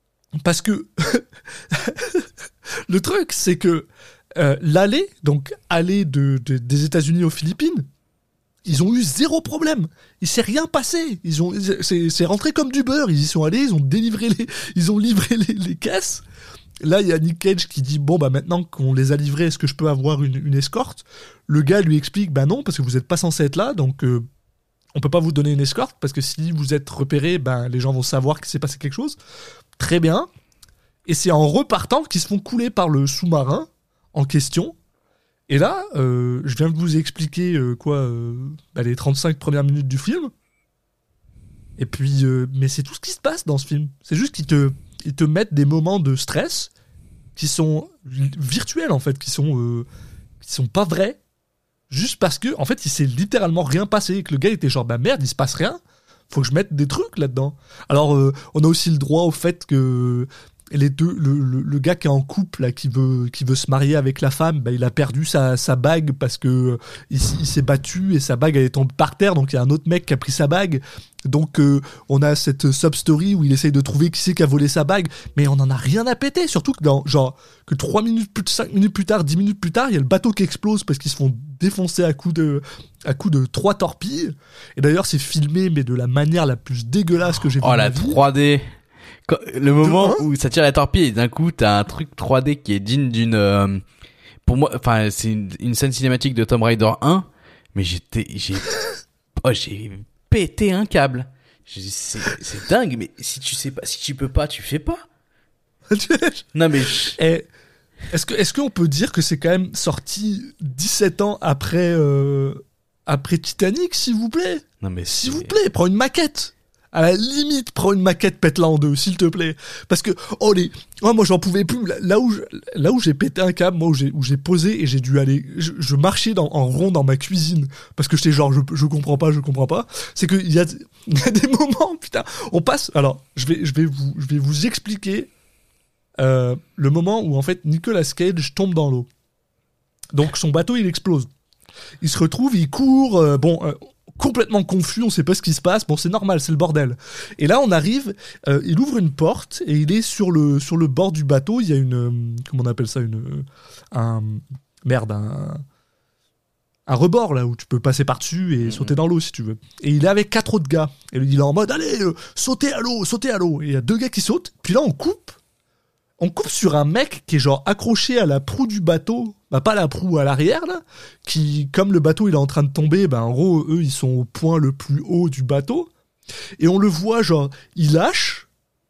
le truc c'est que l'aller des États-Unis aux Philippines, ils ont eu zéro problème, il s'est rien passé, c'est rentré comme du beurre, ils y sont allés, ils ont livré les caisses. Là, il y a Nick Cage qui dit bon bah maintenant qu'on les a livrés, est-ce que je peux avoir une escorte? Le gars lui explique bah non, parce que vous êtes pas censé être là, donc on peut pas vous donner une escorte parce que si vous êtes repéré, ben les gens vont savoir qu'il s'est passé quelque chose. Très bien. Et c'est en repartant qu'ils se font couler par le sous-marin en question. Et là, je viens de vous expliquer les 35 premières minutes du film. Et puis, mais c'est tout ce qui se passe dans ce film. C'est juste qu'ils te mettent des moments de stress qui sont virtuels en fait, qui sont pas vrais. Juste parce que, en fait, il s'est littéralement rien passé et que le gars était genre, bah merde, il se passe rien, faut que je mette des trucs là-dedans. Alors, on a aussi le droit au fait que les deux, le gars qui est en couple, là, qui veut se marier avec la femme, bah, il a perdu sa bague parce que il s'est battu et sa bague elle est tombée par terre, donc il y a un autre mec qui a pris sa bague. Donc on a cette sub-story où il essaye de trouver qui c'est qui a volé sa bague, mais on en a rien à péter, surtout que 3 minutes, 5 minutes plus tard, 10 minutes plus tard, il y a le bateau qui explose parce qu'ils se font défoncer à coups de 3 torpilles. Et d'ailleurs c'est filmé mais de la manière la plus dégueulasse que j'ai vue. Oh la 3D. Le moment où ça tire la torpille et d'un coup t'as un truc 3D qui est digne d'une pour moi, enfin c'est une scène cinématique de Tomb Raider 1, Mais j'ai pété un câble. C'est dingue, mais si tu peux pas, tu fais pas. Non mais est-ce qu'on peut dire que c'est quand même sorti 17 ans après Titanic, s'il vous plaît? Non mais s'il vous plaît, prends une maquette. À la limite, prends une maquette, pète-la en deux, s'il te plaît. Parce que, moi, j'en pouvais plus. Là où j'ai pété un câble, moi, où j'ai posé et j'ai dû aller, je marchais en rond dans ma cuisine. Parce que j'étais genre, je comprends pas. C'est que il y a des moments, putain, on passe, alors, je vais vous expliquer, le moment où, en fait, Nicolas Cage tombe dans l'eau. Donc, son bateau, il explose. Il se retrouve, il court, complètement confus, on sait pas ce qui se passe, bon c'est normal, c'est le bordel. Et là on arrive, il ouvre une porte et il est sur le bord du bateau, il y a une, comment on appelle ça, un rebord là où tu peux passer par-dessus et sauter dans l'eau si tu veux. Et il est avec 4 autres gars, et il est en mode allez, sautez à l'eau, et il y a 2 gars qui sautent, puis là on coupe sur un mec qui est genre accroché à la proue du bateau, bah pas la proue à l'arrière là, qui, comme le bateau il est en train de tomber, bah en gros eux ils sont au point le plus haut du bateau, et on le voit genre, il lâche,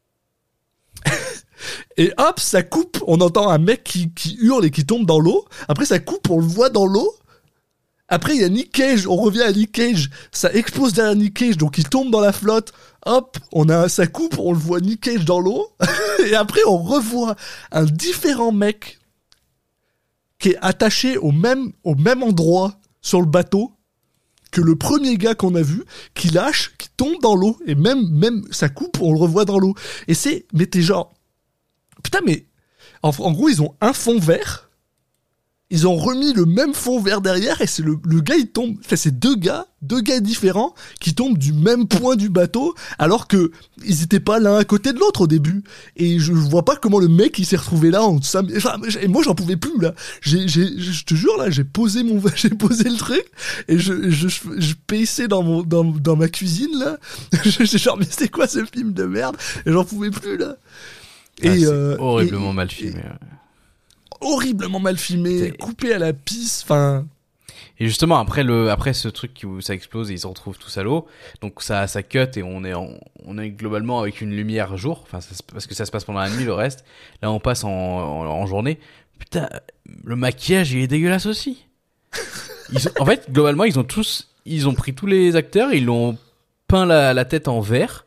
et hop, ça coupe, on entend un mec qui hurle et qui tombe dans l'eau, après ça coupe, on le voit dans l'eau, après il y a Nick Cage, on revient à Nick Cage, ça explose derrière Nick Cage, donc il tombe dans la flotte, hop, ça coupe, on le voit Nick Cage dans l'eau, et après on revoit un différent mec qui est attaché au même endroit sur le bateau que le premier gars qu'on a vu, qui lâche, qui tombe dans l'eau, et même ça coupe, on le revoit dans l'eau. Et mais t'es genre, putain, mais en gros ils ont un fond vert, ils ont remis le même fond vert derrière, et c'est le gars, il tombe, enfin c'est deux gars différents qui tombent du même point du bateau, alors que ils étaient pas l'un à côté de l'autre au début. Et je vois pas comment le mec il s'est retrouvé là et moi j'en pouvais plus là. Je te jure là, j'ai posé le truc et je paissais dans ma cuisine là. J'ai genre mais c'est quoi ce film de merde, et j'en pouvais plus là. C'est horriblement mal filmé. Horriblement mal filmé, coupé à la pisse, enfin. Et justement après ce truc où ça explose et ils se retrouvent tous à l'eau, donc ça cut et on est globalement avec une lumière jour, enfin parce que ça se passe pendant la nuit le reste. Là on passe en journée. Putain, le maquillage il est dégueulasse aussi. En fait globalement ils ont pris tous les acteurs, ils l'ont peint la tête en vert.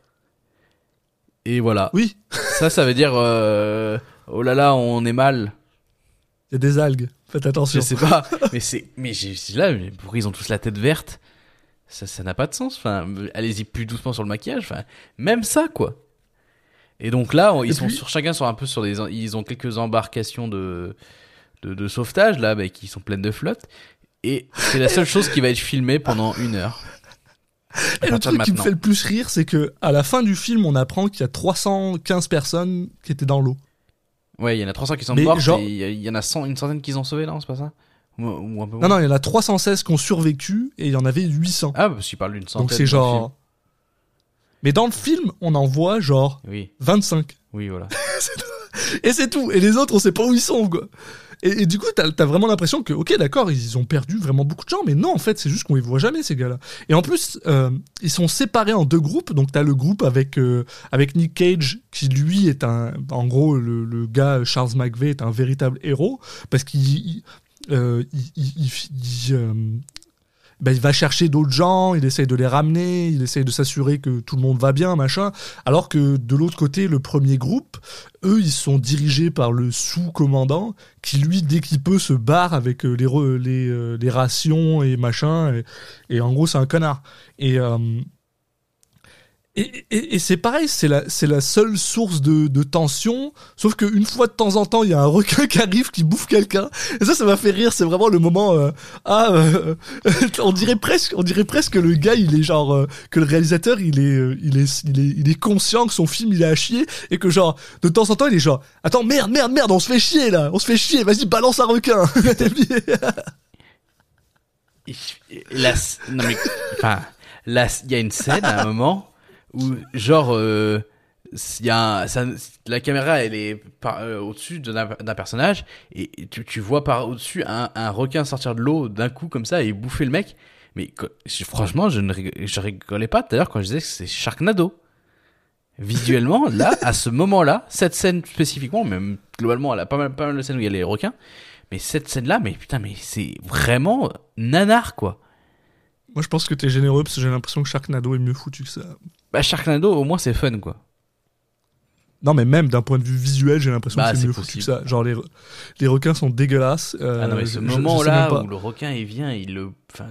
Et voilà. Oui. Ça veut dire oh là là, on est mal. Il y a des algues, faites attention. Je sais pas, mais pourquoi ils ont tous la tête verte? Ça n'a pas de sens. Enfin, allez-y plus doucement sur le maquillage. Enfin, même ça, quoi. Et donc là, chacun sont un peu sur ils ont quelques embarcations de sauvetage là, qui sont pleines de flotte. Et c'est la seule chose qui va être filmée pendant 1 heure. Et le truc qui me fait le plus rire, c'est que à la fin du film, on apprend qu'il y a 315 personnes qui étaient dans l'eau. Ouais, il y en a 300 qui sont morts, et il y en a une centaine qui ont sauvé, non, c'est pas ça? Ou un peu moins. Non, il y en a 316 qui ont survécu, et il y en avait 800. Ah, parce qu'il parle d'une centaine. Donc c'est genre... Mais dans le film, on en voit genre 25. Oui, voilà. Et c'est tout. Et les autres, on sait pas où ils sont, quoi. Et du coup, t'as vraiment l'impression que, ok, d'accord, ils ont perdu vraiment beaucoup de gens, mais non, en fait, c'est juste qu'on les voit jamais, ces gars-là. Et en plus, ils sont séparés en 2 groupes. Donc, t'as le groupe avec Nick Cage, qui lui est en gros, le gars Charles McVeigh est un véritable héros, parce qu'il il va chercher d'autres gens, il essaye de les ramener, il essaye de s'assurer que tout le monde va bien, machin. Alors que de l'autre côté, le premier groupe, eux, ils sont dirigés par le sous-commandant, qui lui, dès qu'il peut, se barre avec les rations et machin. Et en gros, c'est un connard. Et c'est pareil, c'est la seule source de tension, sauf qu'une fois de temps en temps, il y a un requin qui arrive, qui bouffe quelqu'un, et ça m'a fait rire, c'est vraiment le moment, on dirait presque que le gars, il est genre, que le réalisateur, il est conscient que son film, il est à chier, et que genre, de temps en temps, il est genre, attends, merde, on se fait chier, là, vas-y, balance un requin. Là, il y a une scène, à un moment, où genre la caméra elle est au-dessus d'un personnage et tu vois par au-dessus un requin sortir de l'eau d'un coup comme ça et bouffer le mec, Mais franchement, je rigolais pas tout à l'heure quand je disais que c'est Sharknado. Visuellement, là, à ce moment-là, cette scène spécifiquement, même globalement, elle a pas mal de scènes où il y a les requins, mais cette scène-là, mais putain, mais c'est vraiment nanar, quoi. Moi, je pense que t'es généreux parce que j'ai l'impression que Sharknado est mieux foutu que ça. Bah, Sharknado, au moins, c'est fun, quoi. Non, mais même d'un point de vue visuel, j'ai l'impression que c'est mieux possible. foutu que ça. Genre, les requins sont dégueulasses. Ah non, mais ce moment-là où le requin, il vient, enfin...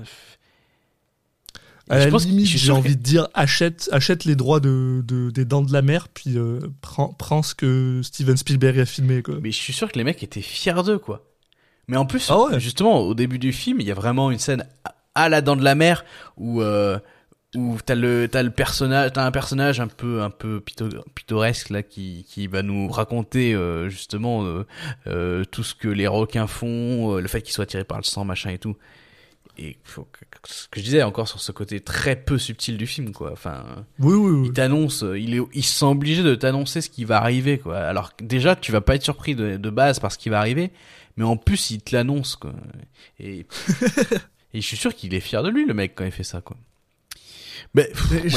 À la limite, j'ai envie de dire, achète les droits des Dents de la Mer, puis prends ce que Steven Spielberg a filmé, quoi. Mais je suis sûr que les mecs étaient fiers d'eux, quoi. Mais en plus, justement, au début du film, il y a vraiment une scène à la Dent de la Mer où t'as un personnage un peu pittoresque là qui va nous raconter justement tout ce que les requins font, le fait qu'ils soient tirés par le sang, machin et tout. Et ce que je disais encore sur ce côté très peu subtil du film, quoi. Enfin, oui. Il t'annonce, il se sent obligé de t'annoncer ce qui va arriver, quoi. Alors déjà, tu vas pas être surpris de base par ce qui va arriver, mais en plus, il te l'annonce, quoi. Et je suis sûr qu'il est fier de lui, le mec, quand il fait ça, quoi. Mais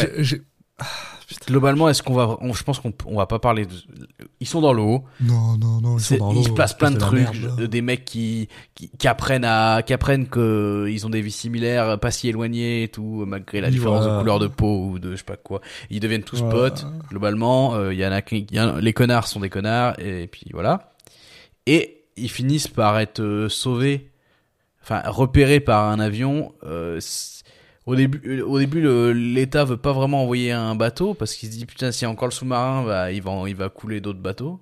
globalement, est-ce qu'on va, je pense qu'on va pas parler ils sont dans l'eau. Non, ils sont dans l'eau. Il se passe plein de trucs, merde, des mecs qui apprennent que ils ont des vies similaires, pas si éloignées et tout, malgré la différence de couleur de peau ou de je sais pas quoi. Ils deviennent tous potes, globalement, les connards sont des connards, et puis voilà. Et ils finissent par être sauvés, enfin, repérés par un avion, Au début, l'État veut pas vraiment envoyer un bateau parce qu'il se dit putain, si encore le sous-marin, il va couler d'autres bateaux.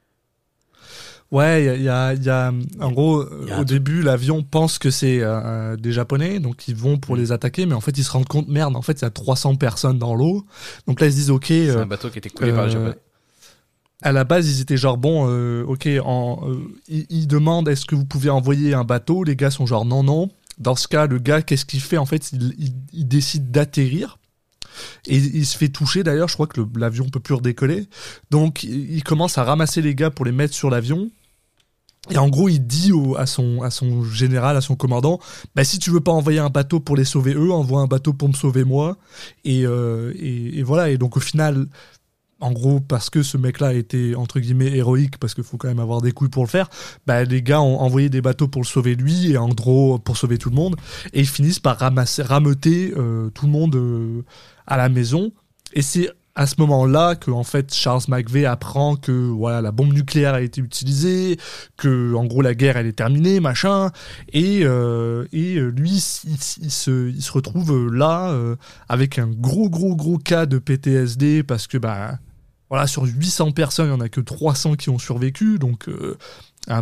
Ouais, il y a en gros, au début, l'avion pense que c'est des Japonais, donc ils vont pour les attaquer, mais en fait, ils se rendent compte, merde, en fait, il y a 300 personnes dans l'eau. Donc là, ils se disent, ok. C'est un bateau qui était coulé par les Japonais. À la base, ils étaient genre, bon, ok, ils demandent, est-ce que vous pouvez envoyer un bateau? Les gars sont genre, non. Dans ce cas, le gars, qu'est-ce qu'il fait? En fait, il décide d'atterrir. Et il se fait toucher, d'ailleurs, je crois que l'avion peut plus redécoller. Donc, il commence à ramasser les gars pour les mettre sur l'avion. Et en gros, il dit à son général, à son commandant, bah, si tu veux pas envoyer un bateau pour les sauver eux, envoie un bateau pour me sauver moi. Et voilà. Et donc, au final, en gros, parce que ce mec-là a été, entre guillemets, héroïque, parce qu'il faut quand même avoir des couilles pour le faire, bah, les gars ont envoyé des bateaux pour le sauver lui, et en gros, pour sauver tout le monde, et ils finissent par rameuter tout le monde à la maison. Et c'est à ce moment-là que, en fait, Charles McVeigh apprend que, voilà, la bombe nucléaire a été utilisée, que, en gros, la guerre, elle est terminée, machin, et lui, il se retrouve là, avec un gros cas de PTSD, parce que, bah, voilà, sur 800 personnes, il n'y en a que 300 qui ont survécu, donc un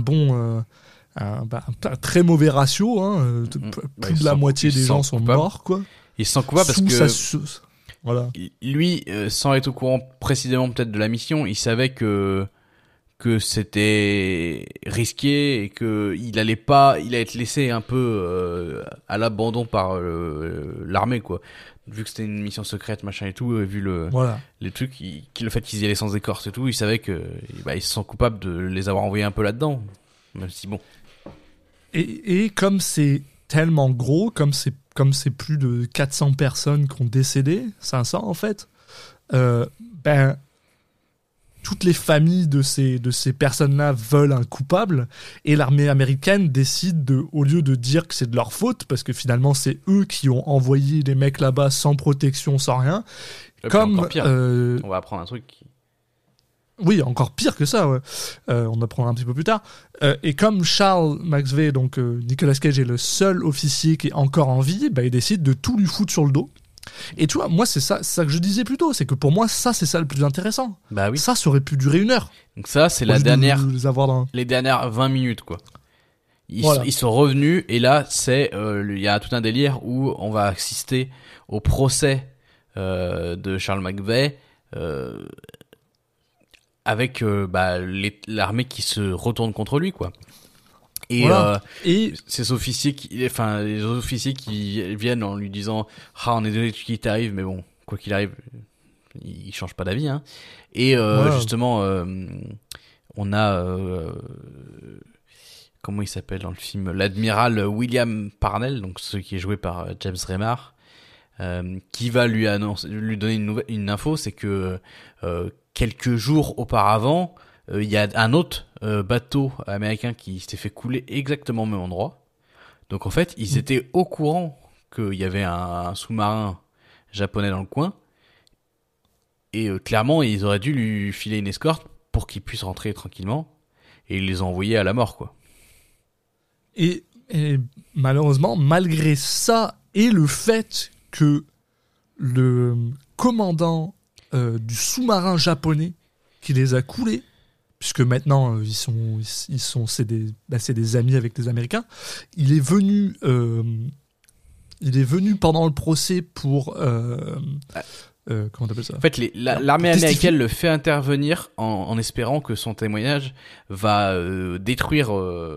très mauvais ratio, hein, plus de la moitié des gens sont morts, quoi. Il se sent coupable parce que voilà. Lui, sans être au courant précisément peut-être de la mission, il savait que c'était risqué et que il allait être laissé un peu à l'abandon par l'armée, quoi. Vu que c'était une mission secrète, machin et tout, vu les trucs, le fait qu'ils y allaient sans écorce et tout, il savait que il se sent coupable de les avoir envoyés un peu là-dedans, même si bon. Et comme c'est tellement gros, comme c'est plus de 400 personnes qui ont décédé, 500 en fait, toutes les familles de ces personnes-là veulent un coupable, et l'armée américaine décide au lieu de dire que c'est de leur faute, parce que finalement c'est eux qui ont envoyé les mecs là-bas sans protection, sans rien. Comme encore pire. On va apprendre un truc. Oui, encore pire que ça, ouais. On apprendra un petit peu plus tard. Et comme Charles McVeigh, donc Nicolas Cage, est le seul officier qui est encore en vie, bah, il décide de tout lui foutre sur le dos. Et tu vois, moi, c'est ça que je disais plus tôt, c'est que pour moi, c'est ça le plus intéressant. Bah oui. Ça aurait pu durer 1 heure. Donc ça, c'est les dernières 20 minutes, quoi. Ils sont revenus, et là, il y a tout un délire où on va assister au procès de Charles McVeigh, avec l'armée qui se retourne contre lui, quoi. Et, voilà. Et les officiers qui viennent en lui disant on est désolé de ce qui t'arrive, mais bon, quoi qu'il arrive, il change pas d'avis, hein. Et justement, on a comment il s'appelle dans le film, l'admiral William Parnell, donc celui qui est joué par James Remar, qui va lui donner une info, c'est que quelques jours auparavant, il y a un autre bateau américain qui s'était fait couler exactement au même endroit. Donc en fait, ils étaient au courant qu'il y avait un sous-marin japonais dans le coin, et clairement, ils auraient dû lui filer une escorte pour qu'il puisse rentrer tranquillement, et ils les ont envoyés à la mort, quoi. Et malheureusement, malgré ça et le fait que le commandant du sous-marin japonais qui les a coulés, puisque maintenant c'est des amis avec les Américains, il est venu pendant le procès pour comment t'appelles ça ? En fait, l'armée américaine le fait intervenir en espérant que son témoignage va détruire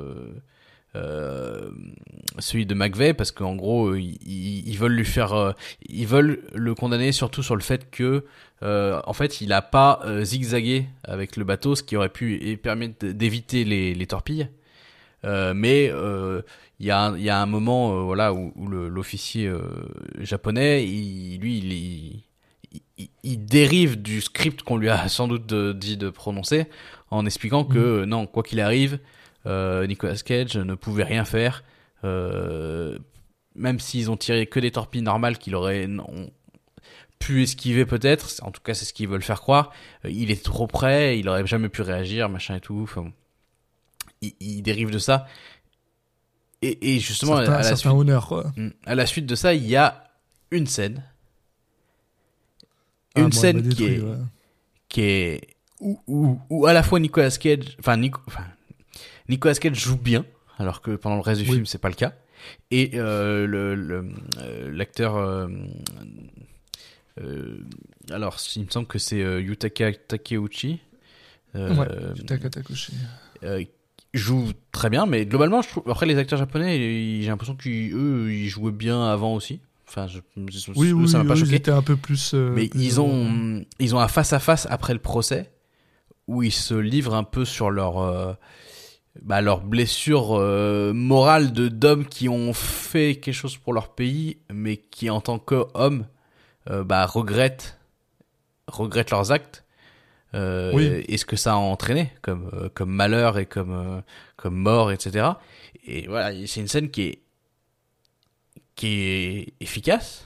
celui de McVeigh, parce qu'en gros ils veulent ils veulent le condamner surtout sur le fait que en fait il a pas zigzagué avec le bateau, ce qui aurait pu permettre d'éviter les torpilles, mais il y a un moment voilà où l'officier japonais il dérive du script qu'on lui a sans doute dit de prononcer, en expliquant que non, quoi qu'il arrive, Nicolas Cage ne pouvait rien faire, même s'ils ont tiré que des torpilles normales qu'il aurait pu esquiver peut-être, en tout cas c'est ce qu'ils veulent faire croire, il est trop près, il aurait jamais pu réagir, machin et tout, enfin, il dérive de ça, et justement à la suite de ça, il y a une scène qui est où à la fois Nicolas Cage joue bien, alors que pendant le reste du film c'est pas le cas, et l'acteur alors il me semble que c'est Yutaka Takeuchi, Yutaka Takeuchi joue très bien, mais globalement je trouve, après les acteurs japonais, j'ai l'impression qu'ils jouaient bien avant aussi. Enfin, ça m'a pas choqué. Ils étaient un peu plus. Mais ils ont un face à face après le procès où ils se livrent un peu sur leur blessure morale d'hommes qui ont fait quelque chose pour leur pays, mais qui en tant qu'hommes regrettent leurs actes et ce que ça a entraîné comme malheur et comme mort, etc. Et voilà, c'est une scène qui est efficace,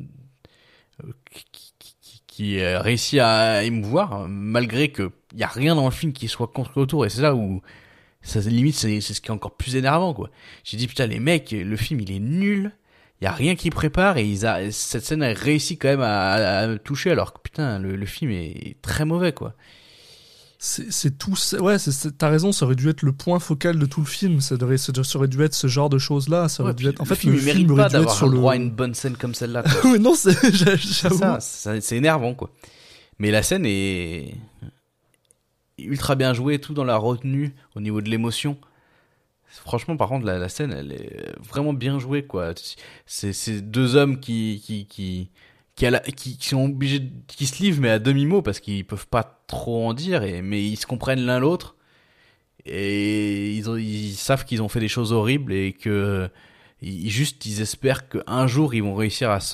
qui réussit à émouvoir, malgré que y a rien dans le film qui soit construit autour, et c'est là où ça limite, c'est ce qui est encore plus énervant, quoi. J'ai dit putain, les mecs, le film il est nul, y a rien qui prépare, et cette scène a réussi quand même à me toucher, alors que putain, le film est très mauvais, quoi. C'est tout, t'as raison, ça aurait dû être le point focal de tout le film, ça aurait dû être ce genre de choses là, ça aurait dû être, en fait, le film aurait dû être sur le droit à une bonne scène comme celle-là, quoi. Oui, non, j'avoue. C'est énervant, quoi. Mais la scène est ultra bien jouée, tout dans la retenue au niveau de l'émotion. Franchement, par contre, la scène, elle est vraiment bien jouée, quoi. C'est deux hommes qui sont obligés, qui se livrent, mais à demi-mot, parce qu'ils peuvent pas trop en dire, mais ils se comprennent l'un l'autre, et ils savent qu'ils ont fait des choses horribles, et que ils espèrent qu'un jour ils vont réussir à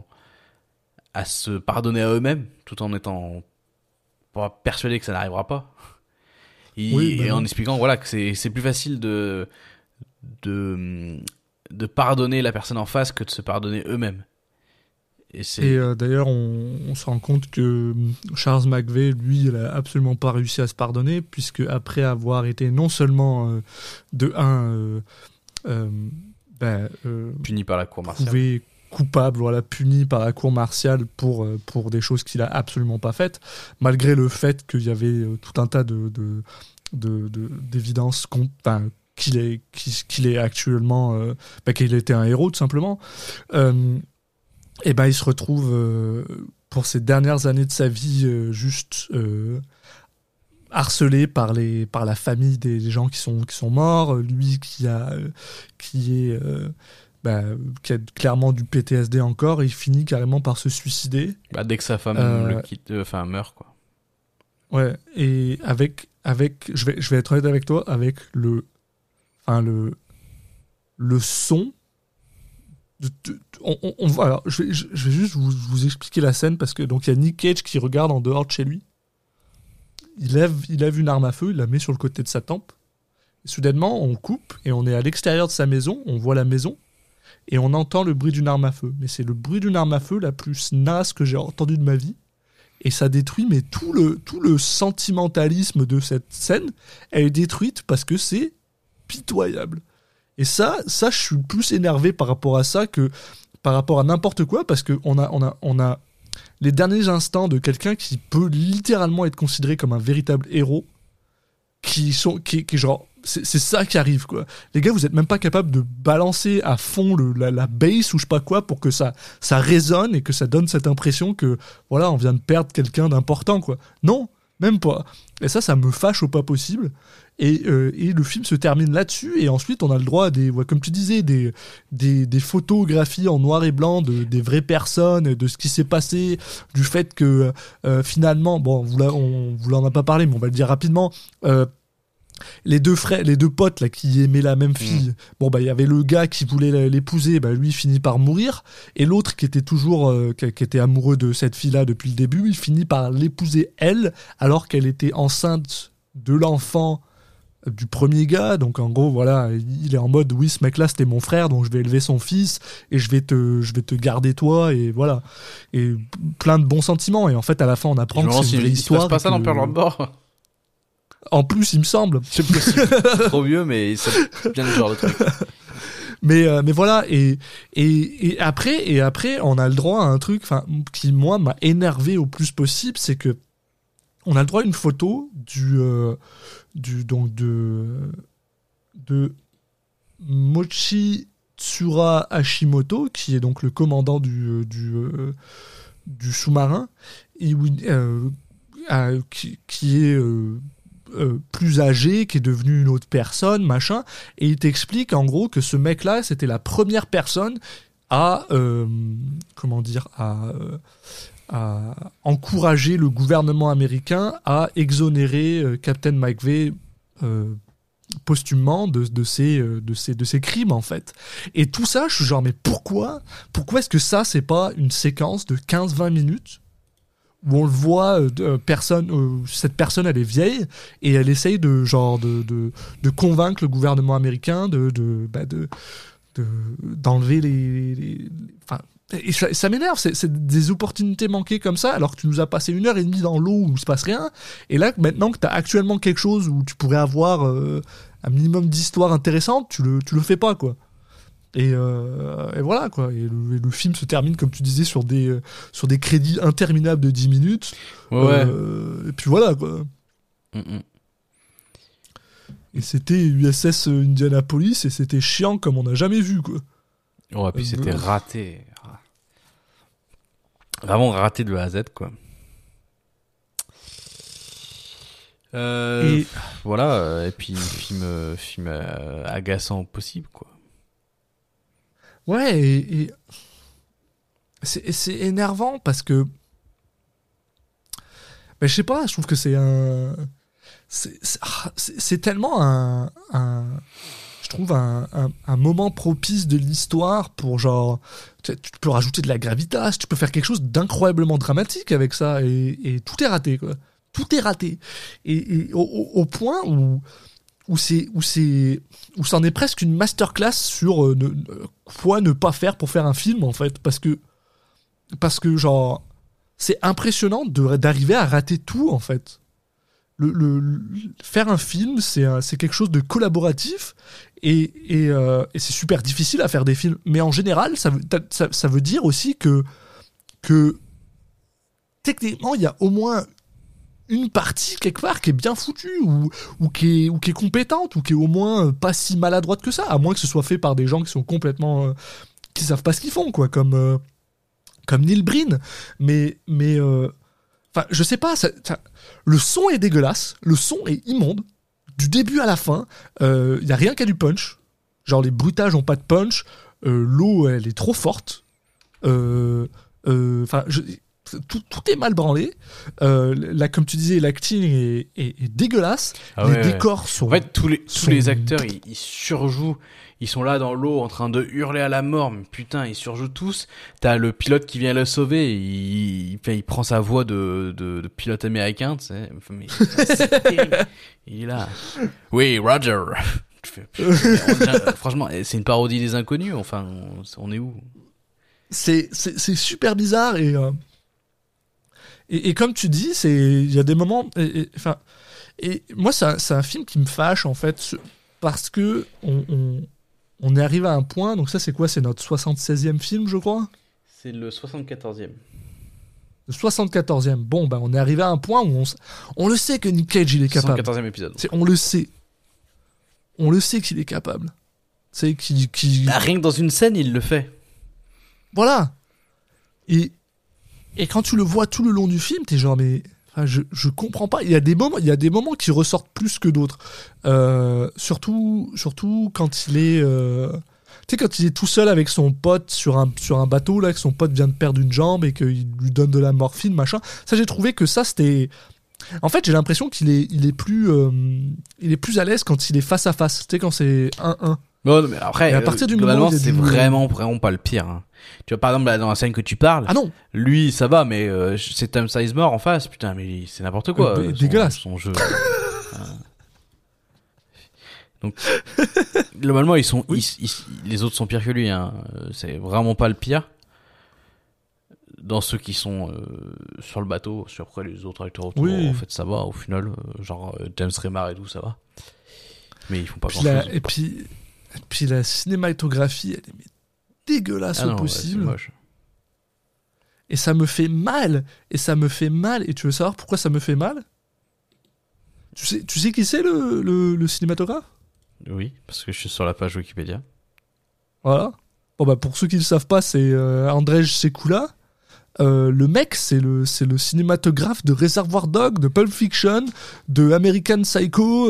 se pardonner à eux-mêmes, tout en étant pas persuadés que ça n'arrivera pas. Et en expliquant voilà que c'est plus facile de pardonner la personne en face que de se pardonner eux-mêmes. Et d'ailleurs, on se rend compte que Charles McVeigh, lui, il a absolument pas réussi à se pardonner, puisque après avoir été non seulement puni par la cour martiale, coupable, puni par la cour martiale pour des choses qu'il a absolument pas faites, malgré le fait qu'il y avait tout un tas d'évidences qu'il est actuellement, qu'il était un héros tout simplement. Et il se retrouve pour ces dernières années de sa vie juste harcelé par la famille des gens qui sont morts, lui qui a clairement du PTSD encore, il finit carrément par se suicider. Dès que sa femme le quitte, meurt, quoi. Ouais, et avec je vais être honnête avec toi, avec le enfin le son. Alors, je vais juste vous expliquer la scène parce que donc il y a Nick Cage qui regarde en dehors de chez lui. Il lève une arme à feu, il la met sur le côté de sa tempe. Et soudainement, on coupe et on est à l'extérieur de sa maison, on voit la maison et on entend le bruit d'une arme à feu. Mais c'est le bruit d'une arme à feu la plus naze que j'ai entendu de ma vie. Et ça détruit mais tout le sentimentalisme de cette scène. Elle est détruite parce que c'est pitoyable. Et ça, je suis plus énervé par rapport à ça que par rapport à n'importe quoi, parce qu'on a les derniers instants de quelqu'un qui peut littéralement être considéré comme un véritable héros, qui genre, c'est ça qui arrive, quoi. Les gars, vous êtes même pas capable de balancer à fond la bass ou je sais pas quoi pour que ça résonne et que ça donne cette impression que, voilà, on vient de perdre quelqu'un d'important, quoi. Non, même pas. Et ça me fâche au pas possible. Et le film se termine là-dessus, et ensuite on a le droit à comme tu disais, des photographies en noir et blanc des vraies personnes, de ce qui s'est passé, du fait que finalement, bon, on vous en a pas parlé, mais on va le dire rapidement. Les deux potes là qui aimaient la même fille, bon bah il y avait le gars qui voulait l'épouser, bah lui il finit par mourir, et l'autre qui était toujours qui était amoureux de cette fille là depuis le début, il finit par l'épouser elle, alors qu'elle était enceinte de l'enfant du premier gars. Donc en gros voilà, il est en mode oui, ce mec là c'était mon frère, donc je vais élever son fils et je vais te garder toi, et voilà, et plein de bons sentiments. Et en fait à la fin on apprend que c'est une vraie histoire. Il se passe pas ça dans Pearl Harbor. En plus il me semble, c'est possible. C'est trop vieux, mais c'est bien le genre de truc. Mais voilà, et après on a le droit à un truc, enfin, qui moi m'a énervé au plus possible, c'est que on a le droit à une photo de Mochitsura Hashimoto, qui est donc le commandant du sous-marin, et qui est plus âgé, qui est devenu une autre personne, machin, et il t'explique en gros que ce mec-là, c'était la première personne à encourager le gouvernement américain à exonérer Captain McVeigh posthumement de ses crimes, en fait. Et tout ça, je suis genre, mais pourquoi est-ce que ça, c'est pas une séquence de 15-20 minutes où on le voit, cette personne elle est vieille et elle essaye de convaincre le gouvernement américain d'enlever les enfin, et ça m'énerve, c'est des opportunités manquées comme ça, alors que tu nous as passé 1h30 dans l'eau où il se passe rien, et là maintenant que tu as actuellement quelque chose où tu pourrais avoir un minimum d'histoire intéressante, tu le fais pas, quoi. Et voilà, quoi. Et le film se termine, comme tu disais, sur des crédits interminables de 10 minutes. Ouais. Et puis voilà, quoi. Et c'était USS Indianapolis, et c'était chiant comme on n'a jamais vu, quoi. Ouais, puis c'était raté. Vraiment raté de A à Z, quoi. Et voilà, et puis film agaçant possible, quoi. Ouais, et c'est énervant parce que, ben, je sais pas, je trouve que c'est tellement je trouve un moment propice de l'histoire pour genre, tu peux rajouter de la gravitas, tu peux faire quelque chose d'incroyablement dramatique avec ça, et tout est raté, quoi. Tout est raté, et au point où c'en est presque une masterclass sur quoi ne pas faire pour faire un film, en fait, parce que genre c'est impressionnant d'arriver à rater tout, en fait. Faire un film, c'est quelque chose de collaboratif, et c'est super difficile à faire des films, mais en général ça veut dire aussi que techniquement il y a au moins une partie quelque part qui est bien foutue, ou qui est compétente, ou qui est au moins pas si maladroite que ça, à moins que ce soit fait par des gens qui sont complètement qui savent pas ce qu'ils font, quoi, comme Neil Breen, mais enfin, je sais pas, le son est dégueulasse, le son est immonde du début à la fin, y a rien qui a du punch, genre les bruitages ont pas de punch, l'eau elle est trop forte, enfin Tout est mal branlé. Là, comme tu disais, l'acting est dégueulasse. Les décors sont. En fait, tous les acteurs, ils surjouent. Ils sont là dans l'eau en train de hurler à la mort. Mais putain, ils surjouent tous. T'as le pilote qui vient le sauver. Il prend sa voix de pilote américain, tu sais. Mais c'est terrible. Il est là. Oui, Roger. Franchement, c'est une parodie des Inconnus. Enfin, on est où? C'est super bizarre et comme tu dis, il y a des moments. Et moi, c'est un film qui me fâche en fait parce que on est arrivé à un point. Donc ça, c'est quoi? C'est notre 76e film, je crois. C'est le 74e. Le 74e. Bon, on est arrivé à un point où on le sait que Nick Cage, il est capable. 74e épisode. On le sait. On le sait qu'il est capable. C'est rien que dans une scène, il le fait. Voilà. Et quand tu le vois tout le long du film, t'es genre, mais je comprends pas. Il y a des moments qui ressortent plus que d'autres. Surtout quand il est, tu sais, quand il est tout seul avec son pote sur un bateau là, que son pote vient de perdre une jambe et qu'il lui donne de la morphine, machin. Ça, j'ai trouvé que ça c'était. En fait, j'ai l'impression qu'il est plus à l'aise quand il est face à face. Tu sais, quand c'est 1-1. Non, mais après, à partir du moment où c'est vraiment pas le pire. Hein. Tu vois, par exemple, dans la scène que tu parles, ah non, lui, ça va, mais c'est Tom Sizemore en face, putain, mais c'est n'importe quoi. Dégueulasse. Son jeu. Donc, globalement, les autres sont pires que lui. Hein. C'est vraiment pas le pire. Dans ceux qui sont sur le bateau, sur après les autres acteurs autour, en fait, ça va, au final. Genre James Remar et tout, ça va. Mais ils font pas grand-chose. Et puis la cinématographie, elle est dégueulasse au possible. Ouais, c'est moche. Et ça me fait mal. Et tu veux savoir pourquoi ça me fait mal? Tu sais qui c'est le cinématographe? Oui, parce que je suis sur la page Wikipédia. Voilà. Bon pour ceux qui ne le savent pas, c'est Andrzej Sekula. Le mec, c'est le cinématographe de Reservoir Dogs, de Pulp Fiction, de American Psycho.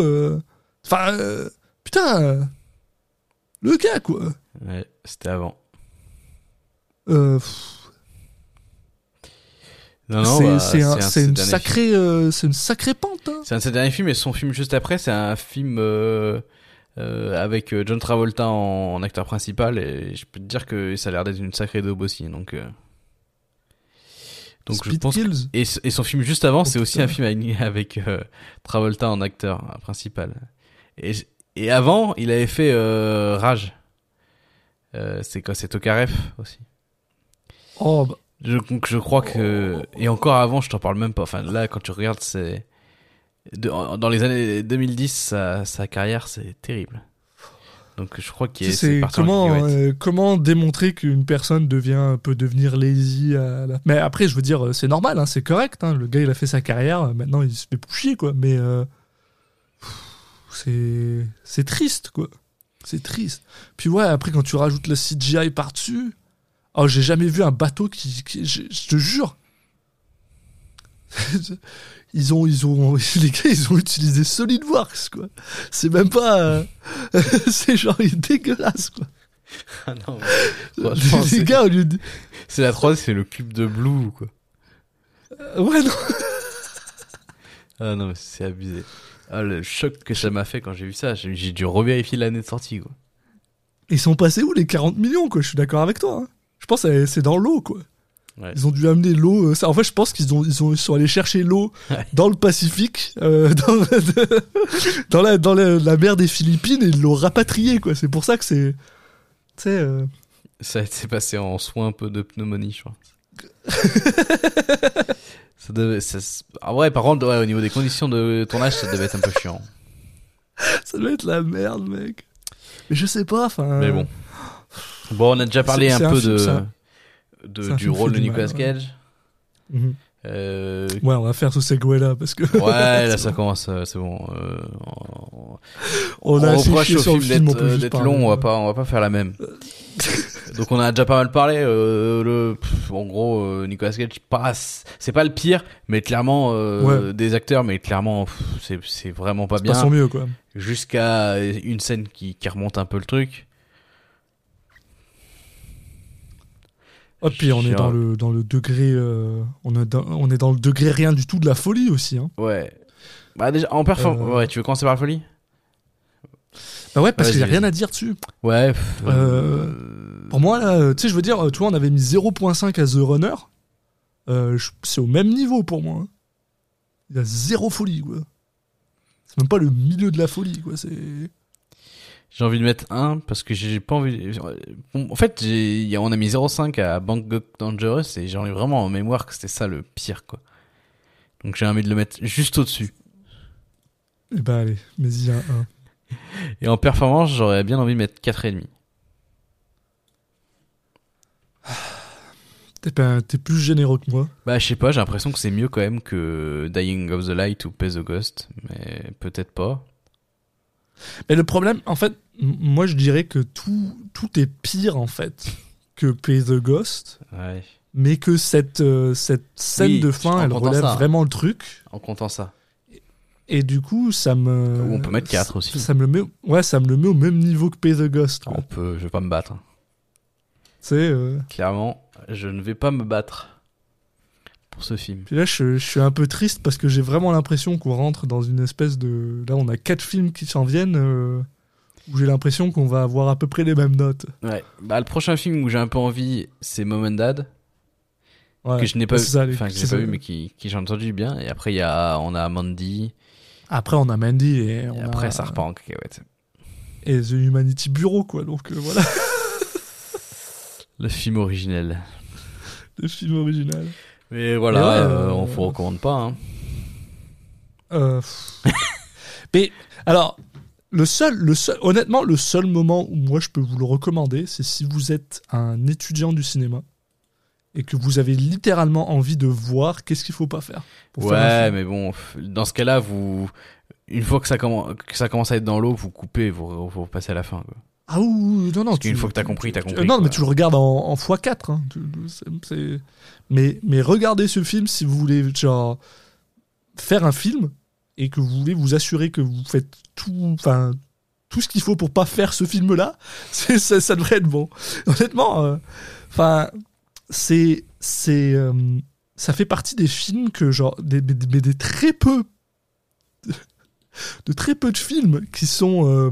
Putain, le gars quoi. Ouais, c'était avant. Non, c'est une sacrée pente. Hein. C'est un de ses derniers films, et son film juste après, c'est un film avec John Travolta en acteur principal, et je peux te dire que ça a l'air d'être une sacrée daube aussi. Donc je pense et son film juste avant, c'est aussi un film avec Travolta en acteur principal. Et avant, il avait fait Rage. C'est quoi? C'est Tokarev aussi. Oh. Je crois que, et encore avant, je t'en parle même pas. Enfin là, quand tu regardes, dans les années 2010, sa carrière, c'est terrible. Donc je crois qu'il c'est comment démontrer qu'une personne peut devenir lazy mais après, je veux dire, c'est normal, hein, c'est correct. Hein, le gars, il a fait sa carrière, maintenant il se fait chier, quoi. Mais c'est triste, quoi. C'est triste. Puis ouais, après quand tu rajoutes le CGI par-dessus, oh, j'ai jamais vu un bateau qui je te jure. Les gars, ils ont utilisé SolidWorks, quoi. C'est même pas c'est genre il est dégueulasse, quoi. Ah non. Mais, les gars, au lieu de c'est la 3D, c'est le cube de Blue, quoi. Ouais, non. Ah non, mais c'est abusé. Ah, le choc que ça m'a fait quand j'ai vu ça, j'ai dû revérifier l'année de sortie, quoi. Ils sont passés où les 40 millions, quoi? Je suis d'accord avec toi, hein. Je pense que c'est dans l'eau, quoi. Ouais. Ils ont dû amener l'eau. En fait, je pense qu'ils sont allés chercher l'eau dans le Pacifique, dans la mer des Philippines, et ils l'ont rapatriée, quoi. C'est pour ça que c'est. Tu sais. Ça s'est passé en soins un peu de pneumonie, je crois. En vrai, par contre, ouais, au niveau des conditions de tournage, ça devait être un peu chiant. Ça doit être la merde, mec. Mais je sais pas, enfin. Mais bon. Bon, on a déjà parlé un peu du rôle de Nicolas Cage. Ouais. Ouais, on va faire ce segue là parce que. Ouais, là ça commence, c'est bon. On a reproche sur au le film film d'être long, on va pas faire la même. Donc on a déjà pas mal parlé. En gros, Nicolas Cage c'est pas le pire, mais clairement des acteurs, mais clairement c'est vraiment pas bien. Pas son mieux, quoi. Jusqu'à une scène qui remonte un peu le truc. Oh, puis on est dans le degré, on est dans le degré rien du tout de la folie aussi. Hein. Ouais. Bah déjà en performance. Ouais, tu veux commencer par la folie? Bah ouais, parce qu'il n'y a Vas-y. rien à dire dessus. Ouais. Pour moi, là, tu sais, je veux dire, tu vois, on avait mis 0.5 à The Runner. C'est au même niveau pour moi. Hein. Il y a zéro folie, quoi. C'est même pas le milieu de la folie, quoi. J'ai envie de mettre 1 parce que j'ai pas envie. En fait, on a mis 0.5 à Bangkok Dangerous et j'en ai vraiment en mémoire que c'était ça le pire, quoi. Donc j'ai envie de le mettre juste au-dessus. Eh ben allez, mets-y un 1. Et en performance, j'aurais bien envie de mettre 4,5. T'es plus généreux que moi. Bah, je sais pas, j'ai l'impression que c'est mieux quand même que Dying of the Light ou Pay the Ghost, mais peut-être pas. Mais le problème, en fait, moi je dirais que tout est pire en fait que Pay the Ghost, Ouais. mais que cette scène Oui, de fin, en elle comptant relève ça. vraiment le truc. En comptant ça. Et du coup, ça me. Ou on peut mettre 4 aussi. Ça me le met au même niveau que Pay the Ghost. Quoi. Je vais pas me battre. Tu sais. Clairement, je ne vais pas me battre pour ce film. Puis là, je suis un peu triste parce que j'ai vraiment l'impression qu'on rentre dans une espèce de. Là, on a 4 films qui s'en viennent où j'ai l'impression qu'on va avoir à peu près les mêmes notes. Ouais. Bah, le prochain film où j'ai un peu envie, c'est Mom and Dad. Ouais, Que je n'ai pas vu. c'est ça, Enfin, que j'ai pas vu, mais qui j'en ai entendu du bien. Et après, on a Mandy. Après, on a Mandy et Après, ça repart en cacahuète. Et The Humanity Bureau, quoi. Donc voilà, Le film originel. le film original. Mais voilà, Mais ouais, on vous recommande pas. Hein. Mais alors, honnêtement, le seul moment où moi je peux vous le recommander, c'est si vous êtes un étudiant du cinéma et que vous avez littéralement envie de voir qu'est-ce qu'il faut pas faire. Pour faire un Ouais, film. mais bon, dans ce cas-là, une fois que ça commence à être dans l'eau, vous coupez, vous passez à la fin. Quoi. Ah oui, non. Parce qu'une fois que t'as compris, t'as compris. Non, quoi. mais tu le regardes en x4. Hein. Mais regardez ce film si vous voulez genre faire un film et que vous voulez vous assurer que vous faites tout ce qu'il faut pour pas faire ce film-là, ça devrait être bon. Honnêtement, ça fait partie des films que genre des très peu de très peu de films qui sont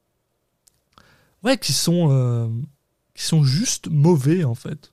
qui sont juste mauvais en fait.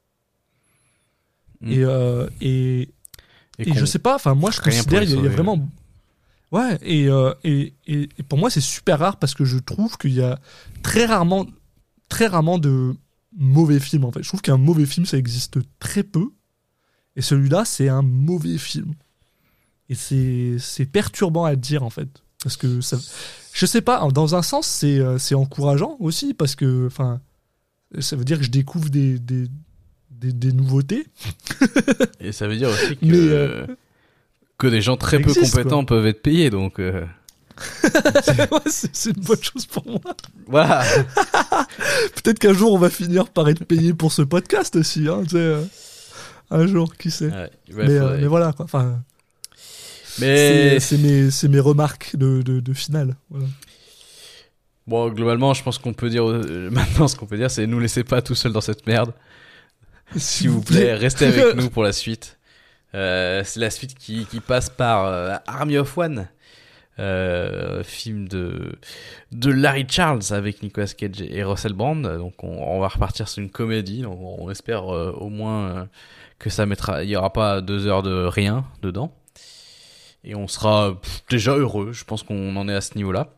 Et je sais pas, enfin moi je rien considère pour les il y a sauver, vraiment ouais et pour moi c'est super rare parce que je trouve qu'il y a très rarement de mauvais films en fait. Je trouve qu'un mauvais film ça existe très peu et celui-là c'est un mauvais film. Et c'est perturbant à dire en fait parce que ça, je sais pas, dans un sens c'est encourageant aussi parce que enfin ça veut dire que je découvre des nouveautés. Et ça veut dire aussi que, Mais, que des gens très peu existe, compétents peuvent être payés, donc Ouais, c'est une bonne chose pour moi. voilà. Peut-être qu'un jour on va finir par être payé pour ce podcast aussi, hein, tu sais, un jour, qui sait. Ouais, Mais voilà quoi. Enfin, mais c'est mes remarques de finale. Voilà. bon, globalement, je pense qu'on peut dire maintenant ce qu'on peut dire, c'est nous laissez pas tout seuls dans cette merde. S'il vous plaît, restez avec nous pour la suite. C'est la suite qui passe par Army of One, film de Larry Charles avec Nicolas Cage et Russell Brand. Donc on va repartir sur une comédie. Donc on espère au moins que il y aura pas 2 heures de rien dedans. Et on sera déjà heureux. Je pense qu'on en est à ce niveau-là.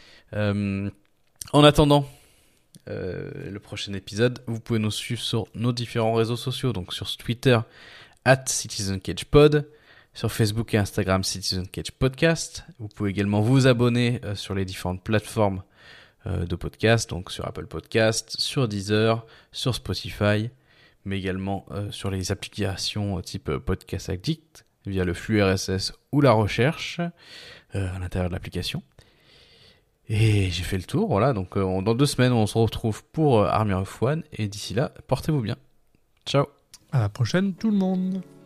En attendant le prochain épisode, vous pouvez nous suivre sur nos différents réseaux sociaux, donc sur Twitter @CitizenCagePod, sur Facebook et Instagram Citizen Cage Podcast. Vous pouvez également vous abonner sur les différentes plateformes de podcast, donc sur Apple Podcast, sur Deezer, sur Spotify, mais également sur les applications type Podcast Addict via le flux RSS ou la recherche à l'intérieur de l'application. Et j'ai fait le tour, voilà, donc dans 2 semaines on se retrouve pour Army of One, et d'ici là, portez-vous bien. Ciao. À la prochaine tout le monde.